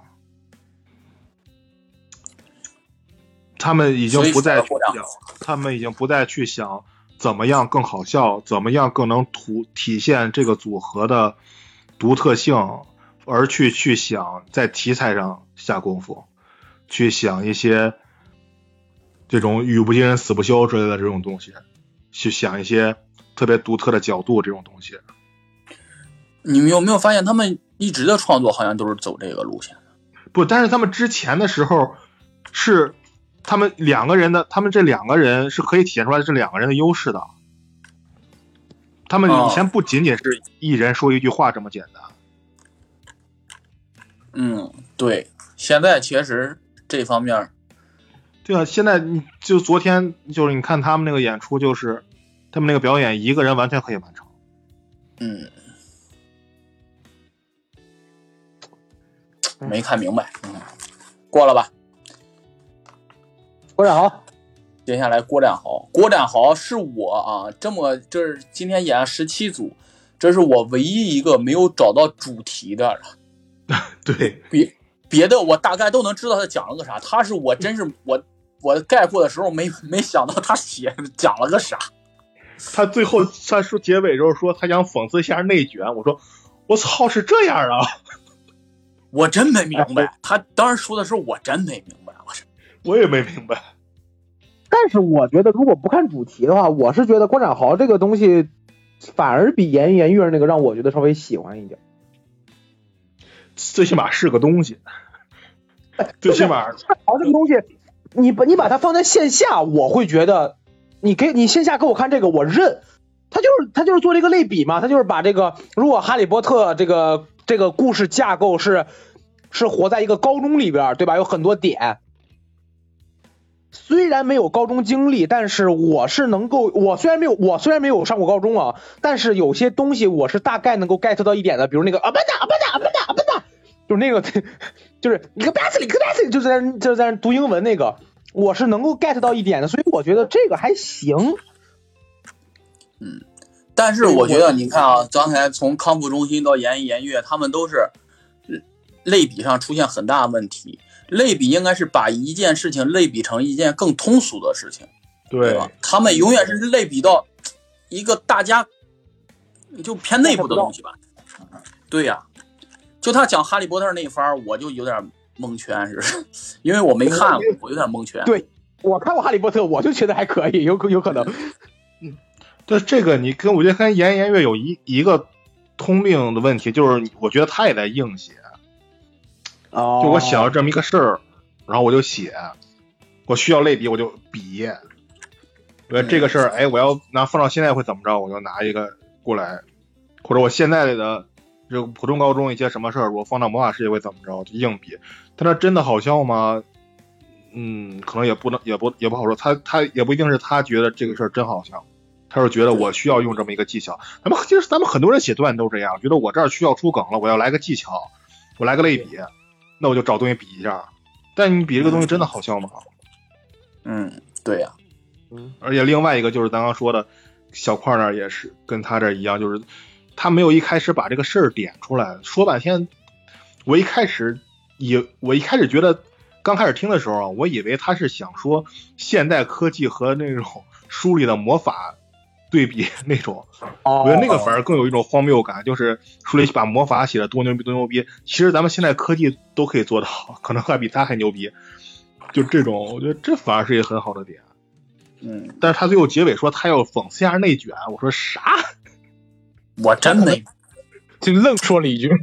他们已经不再去想怎么样更好笑，怎么样更能体现这个组合的独特性，而去想在题材上下功夫，去想一些这种语不惊人死不休之类的这种东西，去想一些特别独特的角度这种东西。
你们有没有发现他们一直的创作好像都是走这个路线的？
不，但是他们之前的时候是他们这两个人是可以体现出来这两个人的优势的。他们以前不仅仅是一人说一句话这么简单。
对，现在确实这方面。
对啊，现在你就昨天就是你看他们那个演出，就是他们那个表演一个人完全可以完成。
没看明白。过了吧。
郭展豪，
接下来郭展豪是我这是今天演17组，这是我唯一一个没有找到主题的。
对，
别的我大概都能知道他讲了个啥，他是我真是我概括的时候没想到他讲了个啥。
他最后他说结尾时候说他想讽刺一下内卷，我说我操是这样啊，
我真没明白。他当时说的时候我真没明白，
我也没明白。
但是我觉得如果不看主题的话，我是觉得郭展豪这个东西反而比言言月那个让我觉得稍微喜欢一点。
最起码是个东西，最起码
郭展豪这个东西，你把它放在线下，我会觉得你线下给我看这个我认。他就是做了一个类比嘛，他就是把这个如果哈利波特这个故事架构是活在一个高中里边，对吧？有很多点。虽然没有高中经历，但是我虽然没有上过高中啊，但是有些东西我是大概能够 get 到一点的，比如那个啊不打，就是那个就是你个 best 就在那读英文那个，我是能够 get 到一点的，所以我觉得这个还行。
但是我觉得你看啊，刚才从康复中心到言月，他们都是类比上出现很大的问题。类比应该是把一件事情类比成一件更通俗的事情，对吧？他们永远是类比到一个大家就偏内部的东西吧。对呀，就他讲哈利波特那一番，我就有点蒙圈，是因为我没看过，我有点蒙圈。
对，我看过哈利波特，我就觉得还可以，有可能。
但这个我觉得跟言月有一个通病的问题，就是我觉得他也在硬写。就我想要这么一个事儿，然后我就写，我需要类比我就比，这个事儿，我要放到现在会怎么着，我就拿一个过来，或者我现在的这个普通高中一些什么事儿，我放到魔法世界会怎么着，就硬比。但它真的好笑吗？可能也不好说，他也不一定是他觉得这个事儿真好笑，他是觉得我需要用这么一个技巧。其实咱们很多人写段都这样，觉得我这儿需要出梗了，我要来个技巧，我来个类比。那我就找东西比一下，但你比这个东西真的好笑吗？
对呀。
而且另外一个就是咱刚说的小块那儿也是跟他这一样，就是他没有一开始把这个事儿点出来，说半天。我一开始觉得刚开始听的时候啊，我以为他是想说现代科技和那种书里的魔法对比那种，我觉得那个反而更有一种荒谬感，就是书里把魔法写的多牛逼，其实咱们现在科技都可以做到，可能还比他还牛逼，就这种，我觉得这反而是一个很好的点。但是他最后结尾说他要讽刺一下内卷，我说啥？
我真没，
就愣说了一句。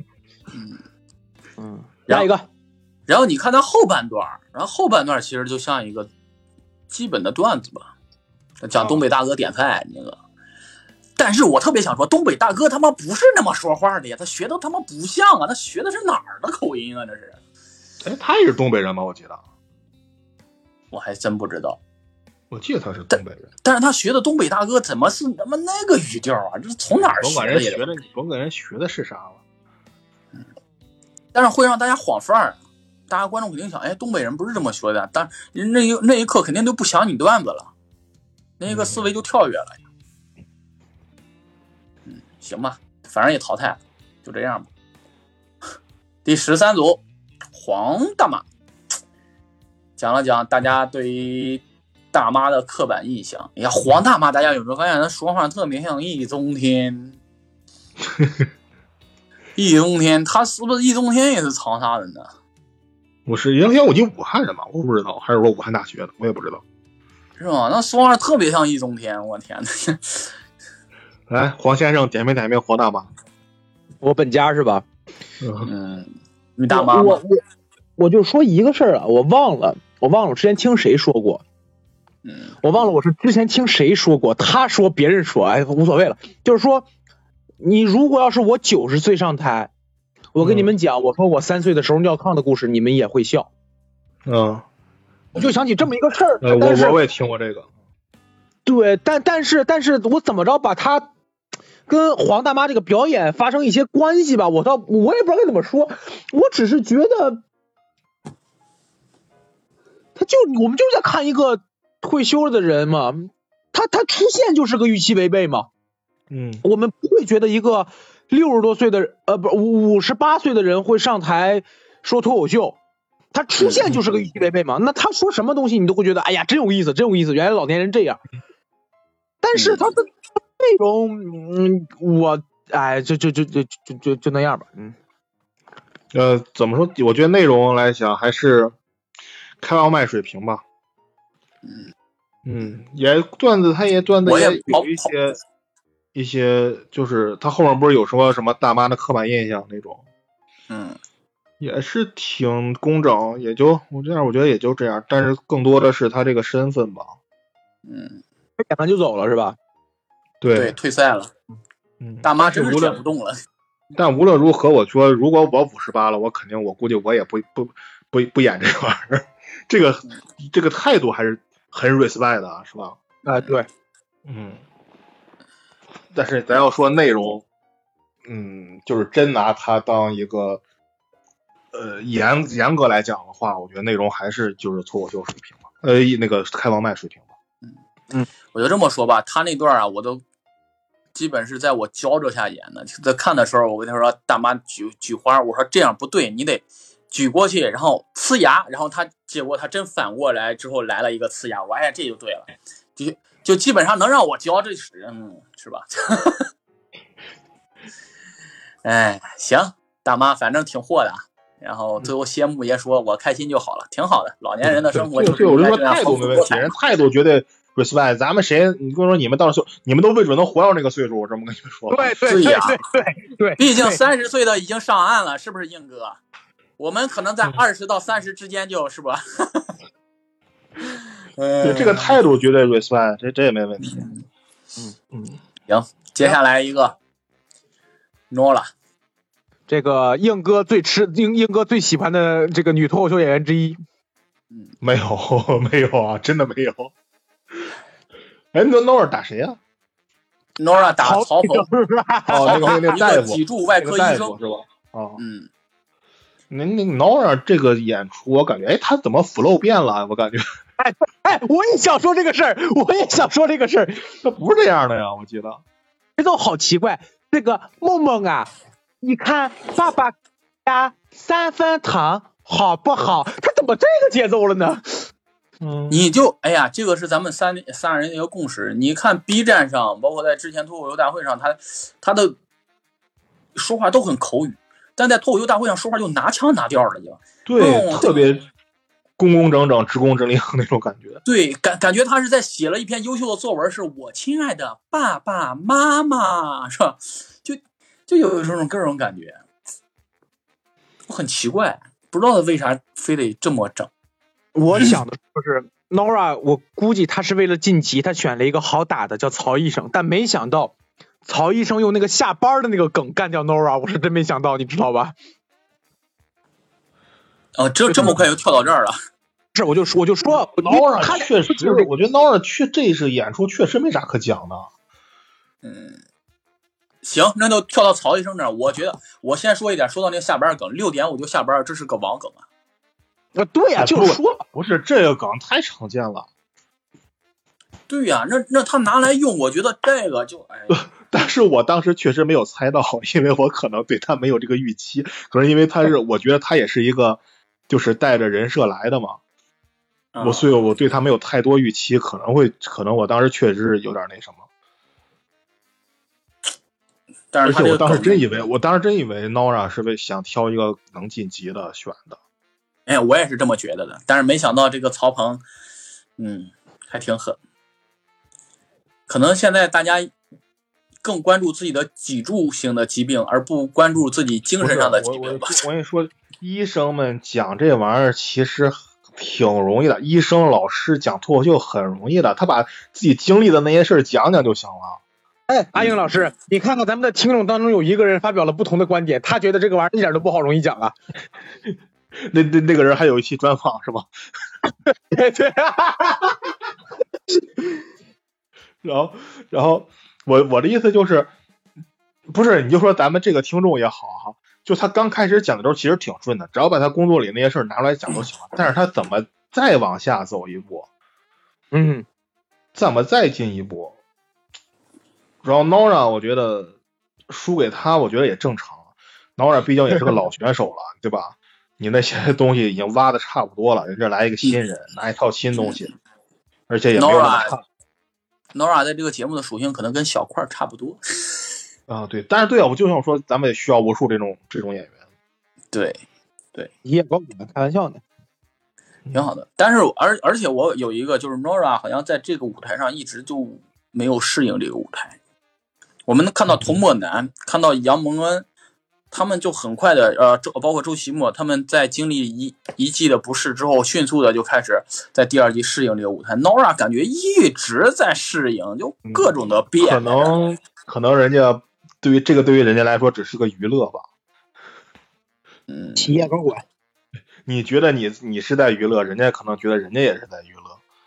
下一个，
然后你看他后半段，其实就像一个基本的段子吧。讲东北大哥点菜那个，但是我特别想说，东北大哥他妈不是那么说话的呀，他学的他妈不像啊，他学的是哪儿的口音啊？这是，
哎，他也是东北人吗？我记得，
我还真不知道。
我记得他是东北人，
但是他学的东北大哥怎么是他妈那个语调啊？这是从哪儿学的？
甭管人学的是啥了。
但是会让大家晃范儿，大家观众肯定想，哎，东北人不是这么说的，但那一刻肯定就不想你段子了，那个思维就跳跃了呀。行吧，反正也淘汰了，就这样吧。第13组，黄大妈，讲了讲大家对于大妈的刻板印象。哎呀，黄大妈，大家有没有发现她说话特别像易中天？易中天，他是不是易中天也是长沙人呢？
我是因为我记武汉人嘛，我不知道，还是说武汉大学的，我也不知道。
是吗？那说话特别像易中天，我天哪！
来，黄先生点名黄大妈。
我本家是吧？
你大妈吗？
我就说一个事儿啊，我忘了我之前听谁说过。我忘了我是之前听谁说过，他说别人说，哎，无所谓了。就是说，你如果要是我90岁上台，我跟你们讲，我说我3岁的时候尿炕的故事，你们也会笑。我就想起这么一个事儿。
我也听过这个。
对，但是我怎么着把他跟黄大妈这个表演发生一些关系吧？我也不知道该怎么说，我只是觉得，我们就是在看一个退休了的人嘛，他出现就是个预期违背嘛。我们不会觉得一个60多岁的58岁的人会上台说脱口秀，他出现就是个预期违背嘛。那他说什么东西你都会觉得，哎呀，真有意思，原来老年人这样。但是他的内容，我就那样吧。
怎么说？我觉得内容来讲还是开放麦水平吧。也段子也有一些，就是他后面不是有什么大妈的刻板印象那种。也是挺工整，也就我觉得也就这样，但是更多的是他这个身份吧。
他演完就走了是吧？
对，退赛了。大妈真是卷不动了。
但无论如何，我说如果我58了，我估计我也不演这玩意儿。这个态度还是很 respect 的，是吧？
对。
但是咱要说内容，就是真拿它当一个严格来讲的话，我觉得内容还是就是脱口秀水平吧，那个开放麦水平吧。
我就这么说吧，他那段啊，我都基本是在我教着下演的。在看的时候，我跟他说大妈举花，我说这样不对，你得举过去，然后呲牙，然后结果他真反过来之后来了一个呲牙，我哎这就对了，就基本上能让我教这是吧？哎，行，大妈反正挺豁的。然后最后谢幕也说我开心就好了，挺好的。老年人的生活就是
我就说态度没问题，人态度绝对 respect。咱们谁，你跟我说你们到时候你们都未准能活到那个岁数，我这么跟你们说。
对，
毕竟30岁的已经上岸了，是不是硬哥？我们可能在20到30之间就是吧。
对，这个态度绝对 respect， 这也没问题。
行，接下来一个 Nora。
这个硬哥最喜欢的这个女脱口秀演员之一。
没有啊，真的没有。哎，Nora 打谁啊
？Nora 打曹鹏。
那个大夫，
脊柱外科医生
是吧？那 Nora 这个演出，我感觉，他怎么 flow 变了？我感觉。
我也想说这个事儿，
他不是这样的呀，我记得。
节奏好奇怪，这个梦梦啊。你看爸爸加3分糖好不好？他怎么这个节奏了呢？
你就哎呀，这个是咱们三人的一个共识。你看 B 站上，包括在之前脱口秀大会上，他的说话都很口语，但在脱口秀大会上说话就拿腔拿调的，就
对，特别工整、职工之令那种感觉。
对，感觉他是在写了一篇优秀的作文，是我亲爱的爸爸妈妈，是吧？就有这种各种感觉，很奇怪，不知道他为啥非得这么整。
我想的就是 Nora， 我估计他是为了晋级，他选了一个好打的叫曹医生，但没想到曹医生用那个下班的那个梗干掉 Nora， 我是真没想到，你知道吧？
这么快就跳到这儿了？
是，我就说
，Nora 确实，我觉得 Nora 这次演出确实没啥可讲的。
行，那就跳到曹医生这儿。我觉得我先说一点，说到那下班梗，6点我就下班，这是个网梗啊。
对呀，就是说
不是这个梗太常见了。
对呀，那他拿来用，我觉得这个就
但是我当时确实没有猜到，因为我可能对他没有这个预期，可能因为我觉得他也是一个就是带着人设来的嘛。所以我对他没有太多预期，可能我当时确实是有点那什么。
但是
而且我当时真以为 Nora 是想挑一个能晋级的选的。
哎，我也是这么觉得的，但是没想到这个曹鹏，还挺狠。可能现在大家更关注自己的脊柱型的疾病，而不关注自己精神上的疾病吧。
我跟你说，医生们讲这玩意儿其实挺容易的，医生老师讲脱口秀很容易的，他把自己经历的那些事讲讲就行了。
哎，阿英老师，你看看咱们的听众当中有一个人发表了不同的观点，他觉得这个玩意儿一点都不好容易讲啊。
那个人还有一期专访是吗？
对。
然后我的意思就是，不是你就说咱们这个听众也好哈，就他刚开始讲的时候其实挺顺的，只要把他工作里那些事拿出来讲就行了。但是他怎么再往下走一步，怎么再进一步？然后 Nora 我觉得输给他，我觉得也正常。Nora 毕竟也是个老选手了，对吧？你那些东西已经挖的差不多了，人这来一个新人，拿一套新东西，而且也没有那么差。
Nora 在这个节目的属性可能跟小块差不多。
对，但是对啊，我就想说，咱们也需要无数这种演员。
对，
你也光开玩笑呢，
挺好的。但是而且我有一个就是 Nora 好像在这个舞台上一直就没有适应这个舞台。我们能看到童漠南，看到杨蒙恩，他们就很快的包括周奇墨，他们在经历一季的不适之后，迅速的就开始在第2季适应这个舞台。Nora 感觉一直在适应，就各种的变。
可能人家对于人家来说只是个娱乐吧。
企业高管。
你觉得你是在娱乐，人家可能觉得人家也是在娱乐。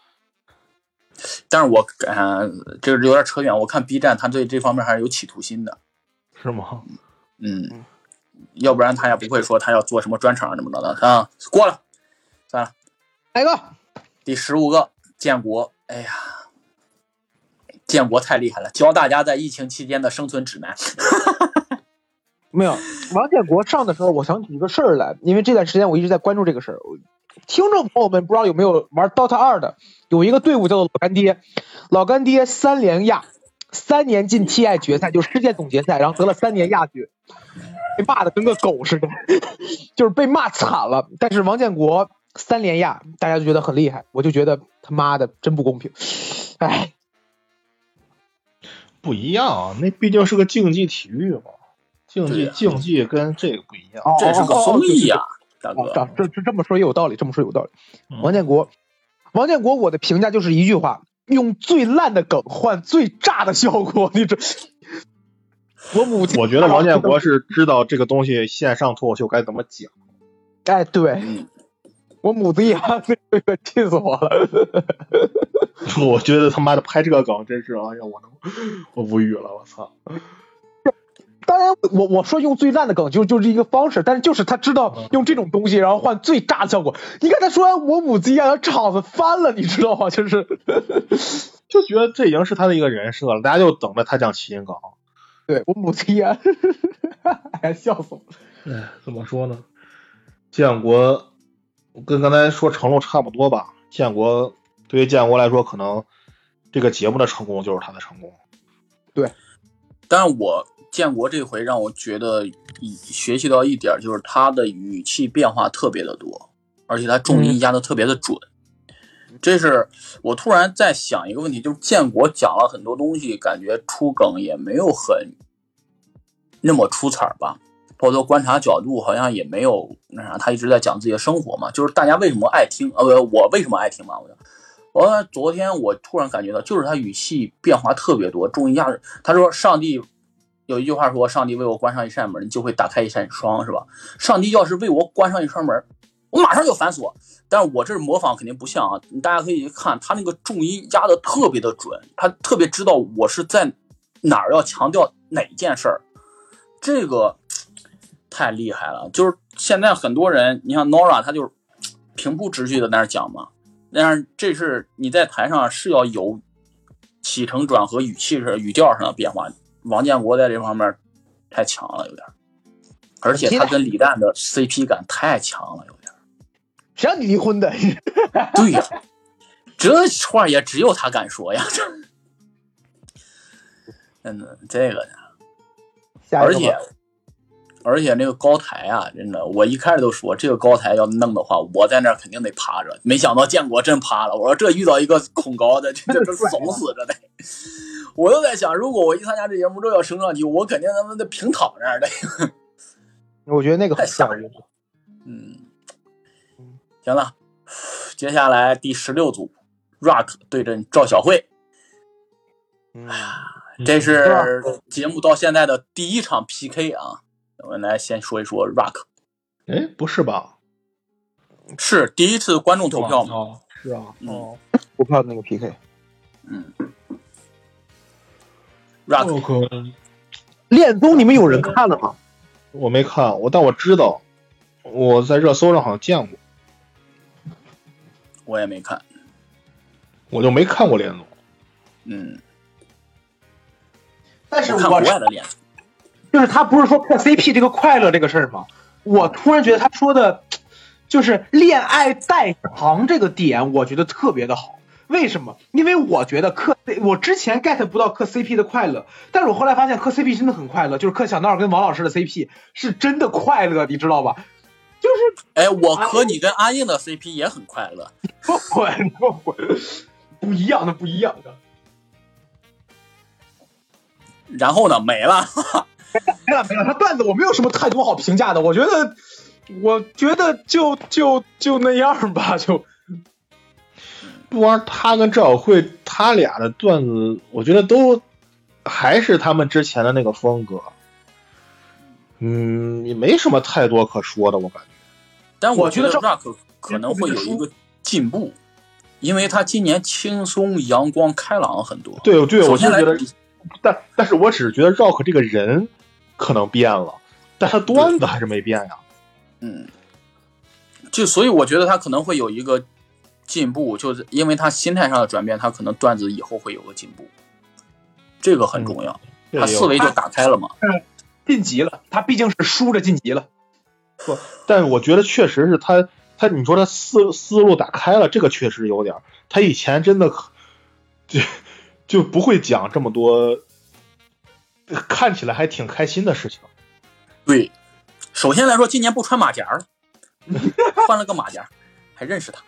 但是我这个有点扯远，我看 B 站他对这方面还是有企图心的。
是吗？
要不然他也不会说他要做什么专场什么的啊。过了，算了。
下一个，
第15个建国。哎呀，建国太厉害了，教大家在疫情期间的生存指南。
没有，王建国上的时候，我想起一个事儿来，因为这段时间我一直在关注这个事儿。听众朋友们不知道有没有玩 Dota 2的，有一个队伍叫做老干爹3连亚，3年进TI 决赛，就是世界总决赛，然后得了3年亚军，被骂的跟个狗似的，就是被骂惨了。但是王建国3连亚，大家就觉得很厉害，我就觉得他妈的真不公平。哎，
不一样啊，那毕竟是个竞技体育嘛，竞技跟这个不一样，
这是个综艺呀。大哥，
这么说也有道理，王建国，我的评价就是一句话：用最烂的梗换最炸的效果。你这，我
觉得王建国是知道这个东西线上脱口秀该怎么讲。
哎，对，我母子牙那个气死我了。
我觉得他妈的拍这个梗真是，哎呀，我无语了，我操。
当然我说用最烂的梗就是一个方式，但是就是他知道用这种东西然后换最炸的效果。你看他说完我母子一样，场子翻了，你知道吗？就
觉得这已经是他的一个人设了，大家就等着他讲起因梗。
对，我母子一样。哎，笑死我。
怎么说呢？建国跟刚才说成龙差不多吧，对于建国来说，可能这个节目的成功就是他的成功。
对，
但是建国这回让我觉得学习到一点，就是他的语气变化特别的多，而且他重音压的特别的准。这是我突然在想一个问题，就是建国讲了很多东西，感觉出梗也没有那么出彩吧，包括观察角度好像也没有那啥，他一直在讲自己的生活嘛，就是大家为什么爱听我为什么爱听嘛，我昨天我突然感觉到，就是他语气变化特别多，重音压着。他说上帝有一句话说，上帝为我关上一扇门，就会打开一扇窗，是吧？上帝要是为我关上一扇门， 我马上就反锁。但是我这模仿肯定不像啊，大家可以看他那个重音压的特别的准，他特别知道我是在哪儿要强调哪件事儿，这个太厉害了。就是现在很多人，你像 Nora， 他就是平铺直叙的在那讲嘛，但是这是你在台上是要有起承转合、语气上、语调上的变化。王建国在这方面太强了，有点，而且他跟李诞的 CP 感太强了，有点。
谁让你离婚的？
对呀，这话也只有他敢说呀。这个呀，而且那个高台啊，真的，我一开始都说这个高台要弄的话，我在那儿肯定得趴着。没想到建国真趴了，我说这遇到一个恐高的，这怂死着得。我都在想，如果我一参加这节目，这要升上去，我肯定他妈的平躺那儿的。
我觉得那个很吓人。
行了，接下来第16组 ，Rock 对阵赵小慧。这是节目到现在的第一场 PK 啊。我们来先说一说 Rock。
哎，不是吧？
是第一次观众投票吗？
哦，是啊，
投票的那个 PK。
Rock
恋综你们有人看了吗？
我没看，但我知道，我在热搜上好像见过。
我也没看，
我就没看过恋综。
但是
我看国外的恋综，
就是他不是说破 CP 这个快乐这个事儿吗？我突然觉得他说的，就是恋爱代偿这个点，我觉得特别的好。为什么？因为我觉得我之前 get 不到磕 CP 的快乐，但是我后来发现磕 CP 真的很快乐，就是磕小闹跟王老师的 CP 是真的快乐，你知道吧？就是
我和你跟阿硬的 CP 也很快乐。
不一样的，不一样的。
然后呢，没了。
没了，他段子我没有什么太多好评价的，我觉得就那样吧，就。
不光他跟赵小慧他俩的段子，我觉得都还是他们之前的那个风格。也没什么太多可说的，我感觉。
但我觉得 Rock 可能会有一个进步，因为他今年轻松、阳光、开朗很多。
对，我就觉得，但是我只是觉得 Rock 这个人可能变了，但他段子还是没变呀。
所以我觉得他可能会有一个进步，就是因为他心态上的转变，他可能段子以后会有个进步，这个很重要。他思维就打开了嘛。
晋级了，他毕竟是输着晋级了。
不，但我觉得确实是他，你说他思路打开了，这个确实有点。他以前真的就不会讲这么多看起来还挺开心的事情。
对，首先来说，今年不穿马甲了，换了个马甲，还认识他。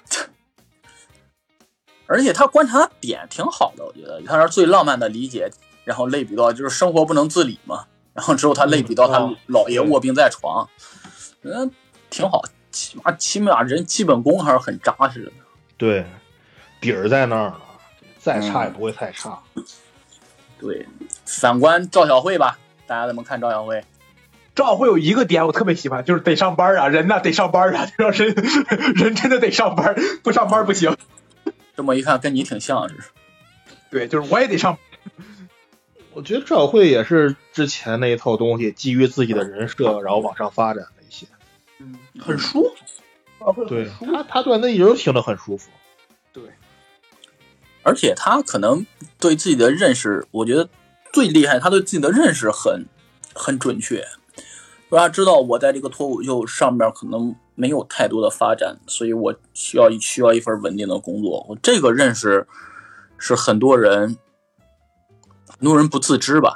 而且他观察点挺好的，我觉得他是最浪漫的理解，然后类比到就是生活不能自理嘛。然后之后他类比到他姥爷卧病在床，挺好，起码人基本功还是很扎实的。
对，底儿在那儿了，再差也不会太差。
对，反观赵小慧吧，大家怎么看赵小慧？
赵小慧有一个点我特别喜欢，就是得上班啊，人呐得上班啊，人真的得上班，不上班不行。
这么一看，跟你挺像是。
对，就是我也得上班。
我觉得赵小慧也是之前那一套东西，基于自己的人设，然后往上发展的一些，
很舒服。
对，他段子一直都听得很舒服。
对，
而且他可能对自己的认识，我觉得最厉害，他对自己的认识很准确。让他知道我在这个脱口秀上面可能没有太多的发展，所以我需要一份稳定的工作。我这个认识是很多人不自知吧。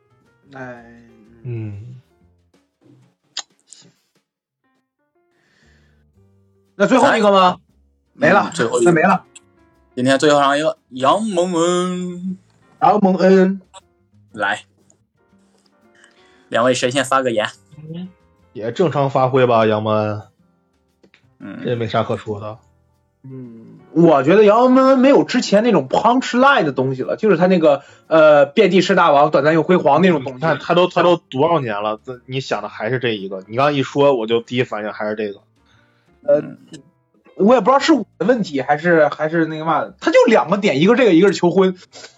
那最后一个吗？没了，
最后一个
没了。
今天最后上一个杨蒙恩，来，两位谁先发个言？
也正常发挥吧，杨蒙恩。这没啥可说的。
我觉得杨蒙恩没有之前那种 punch line 的东西了，就是他那个遍地是大王，短暂又辉煌那种东西。
他都多少年了，你想的还是这一个？你刚一说，我就第一反应还是这个。
我也不知道是我的问题还是那个嘛，他就2个点，一个这个，一个是求婚。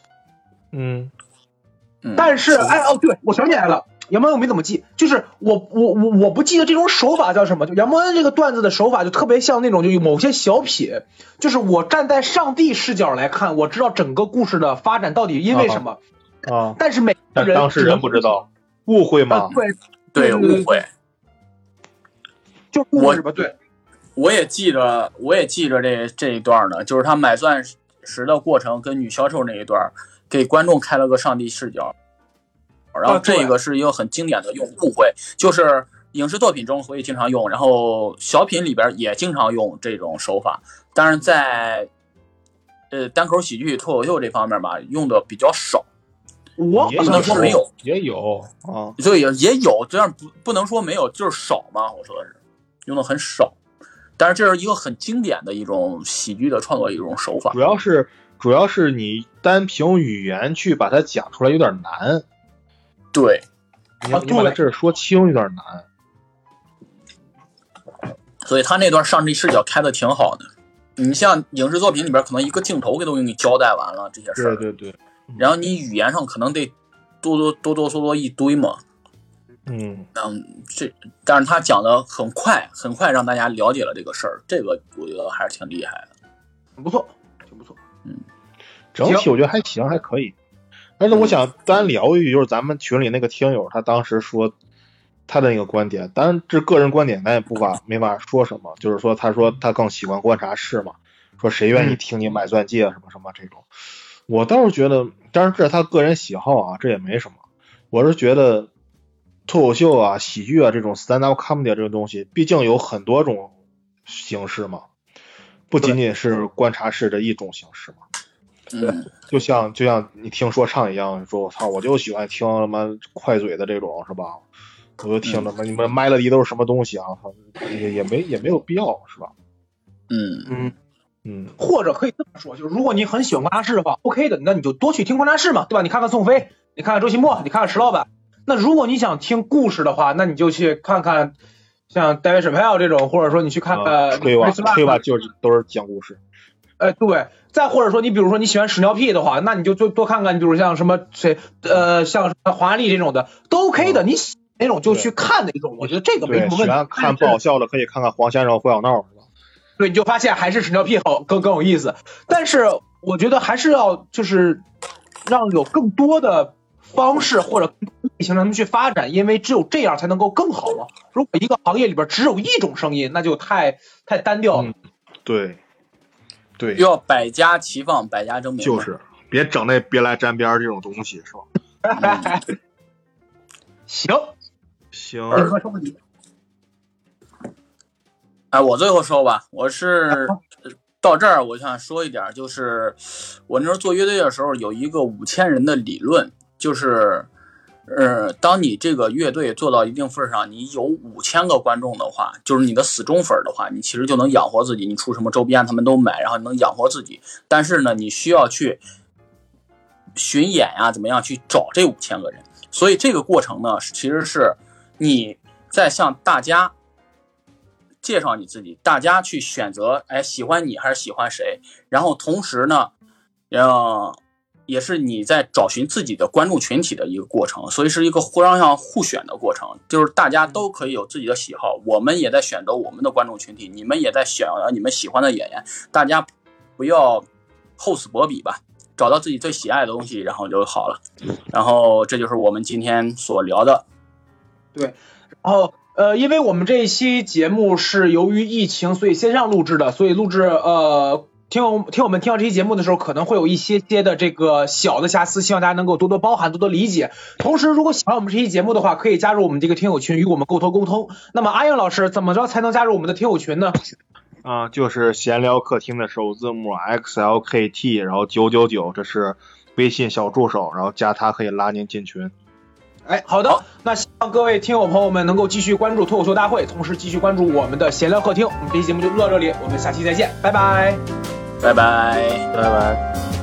但是对，我想起来了，杨蒙恩我没怎么记，就是我不记得这种手法叫什么，就杨蒙恩这个段子的手法就特别像那种就有某些小品，就是我站在上帝视角来看，我知道整个故事的发展到底因为什么但是每个人
当事人不知道，误会吗？
对，误会，
就误会是吧？对，
我也记着这一段呢，就是他买钻石的过程跟女销售那一段，给观众开了个上帝视角。然后这个是一个很经典的用误会，就是影视作品中会经常用，然后小品里边也经常用这种手法，但是在单口喜剧脱口秀这方面吧，用的比较少。
我
不能说没有，
也有啊，
对，也有，这样不能说没有，就是少嘛。我说的是用的很少，但是这是一个很经典的一种喜剧的创作一种手法。
主要是你单凭语言去把它讲出来有点难。
对，
你把它这说清有点难。
所以他那段上帝视角开的挺好的。你像影视作品里边，可能一个镜头都给你交代完了这些事儿。
对。
然后你语言上可能得多说一堆嘛。但是他讲的很快，让大家了解了这个事儿，这个我觉得还是挺厉害的，
挺不错。
整体我觉得还行，还可以。但是我想单聊一句，就是咱们群里那个听友，他当时说他的那个观点，当然这个人观点咱也没法说什么，就是说他说他更喜欢观察室嘛，说谁愿意听你买钻戒什么什么这种。我倒是觉得，当然这是他个人喜好啊，这也没什么。我是觉得脱口秀啊、喜剧啊这种 stand up comedy 这个东西，毕竟有很多种形式嘛，不仅仅是观察式的一种形式嘛。就像你听说唱一样，说我操，我就喜欢听他妈快嘴的这种，是吧？我就听他妈你们麦乐迪都是什么东西啊？也没有必要，是吧？
或者可以这么说，就是如果你很喜欢观察室的话 ，OK 的，那你就多去听观察室嘛，对吧？你看看宋飞，你看看周奇墨，你看看石老板。那如果你想听故事的话，那你就去看看像戴维史派尔这种，或者说你去看看
吹吧，就是都是讲故事。
对，再或者说你比如说你喜欢屎尿屁的话，那你就多看看，比如像什么像什么黄安丽这种的都 OK 的，你喜那种就去看那种，我觉得这个没什么问题。
喜欢看不好笑的可以看看黄先生会小闹，是吧？
对，你就发现还是屎尿屁好更有意思。但是我觉得还是要就是让有更多的方式或者类型让他们去发展，因为只有这样才能够更好嘛。如果一个行业里边只有一种声音，那就太单调了。
对，
要百家齐放，百家争鸣。
就是别整那别来沾边这种东西，是吧？
行。
我最后说吧，我是到这儿，我想说一点，就是我那时候做乐队的时候有一个5000人的理论，就是当你这个乐队做到一定份上，你有5000个观众的话，就是你的死忠粉的话，你其实就能养活自己，你出什么周边他们都买，然后你能养活自己。但是呢，你需要去巡演呀，怎么样去找这5000个人。所以这个过程呢，其实是你在向大家介绍你自己，大家去选择，喜欢你还是喜欢谁。然后同时呢，也是你在找寻自己的观众群体的一个过程，所以是一个互相互选的过程，就是大家都可以有自己的喜好，我们也在选择我们的观众群体，你们也在选你们喜欢的演员，大家不要厚此薄彼吧，找到自己最喜爱的东西，然后就好了。然后这就是我们今天所聊的。
对，然后因为我们这一期节目是由于疫情，所以线上录制的，所以录制听我们听到这期节目的时候，可能会有一些的这个小的瑕疵，希望大家能够多多包涵，多多理解。同时，如果喜欢我们这期节目的话，可以加入我们这个听友群，与我们沟通。那么阿英老师怎么着才能加入我们的听友群呢？
就是闲聊客厅的首字母 XLKT， 然后999，这是微信小助手，然后加他可以拉您进群。
好的，那希望各位听友朋友们能够继续关注脱口秀大会，同时继续关注我们的闲聊客厅。我们这期节目就录到这里，我们下期再见，拜拜。
拜拜。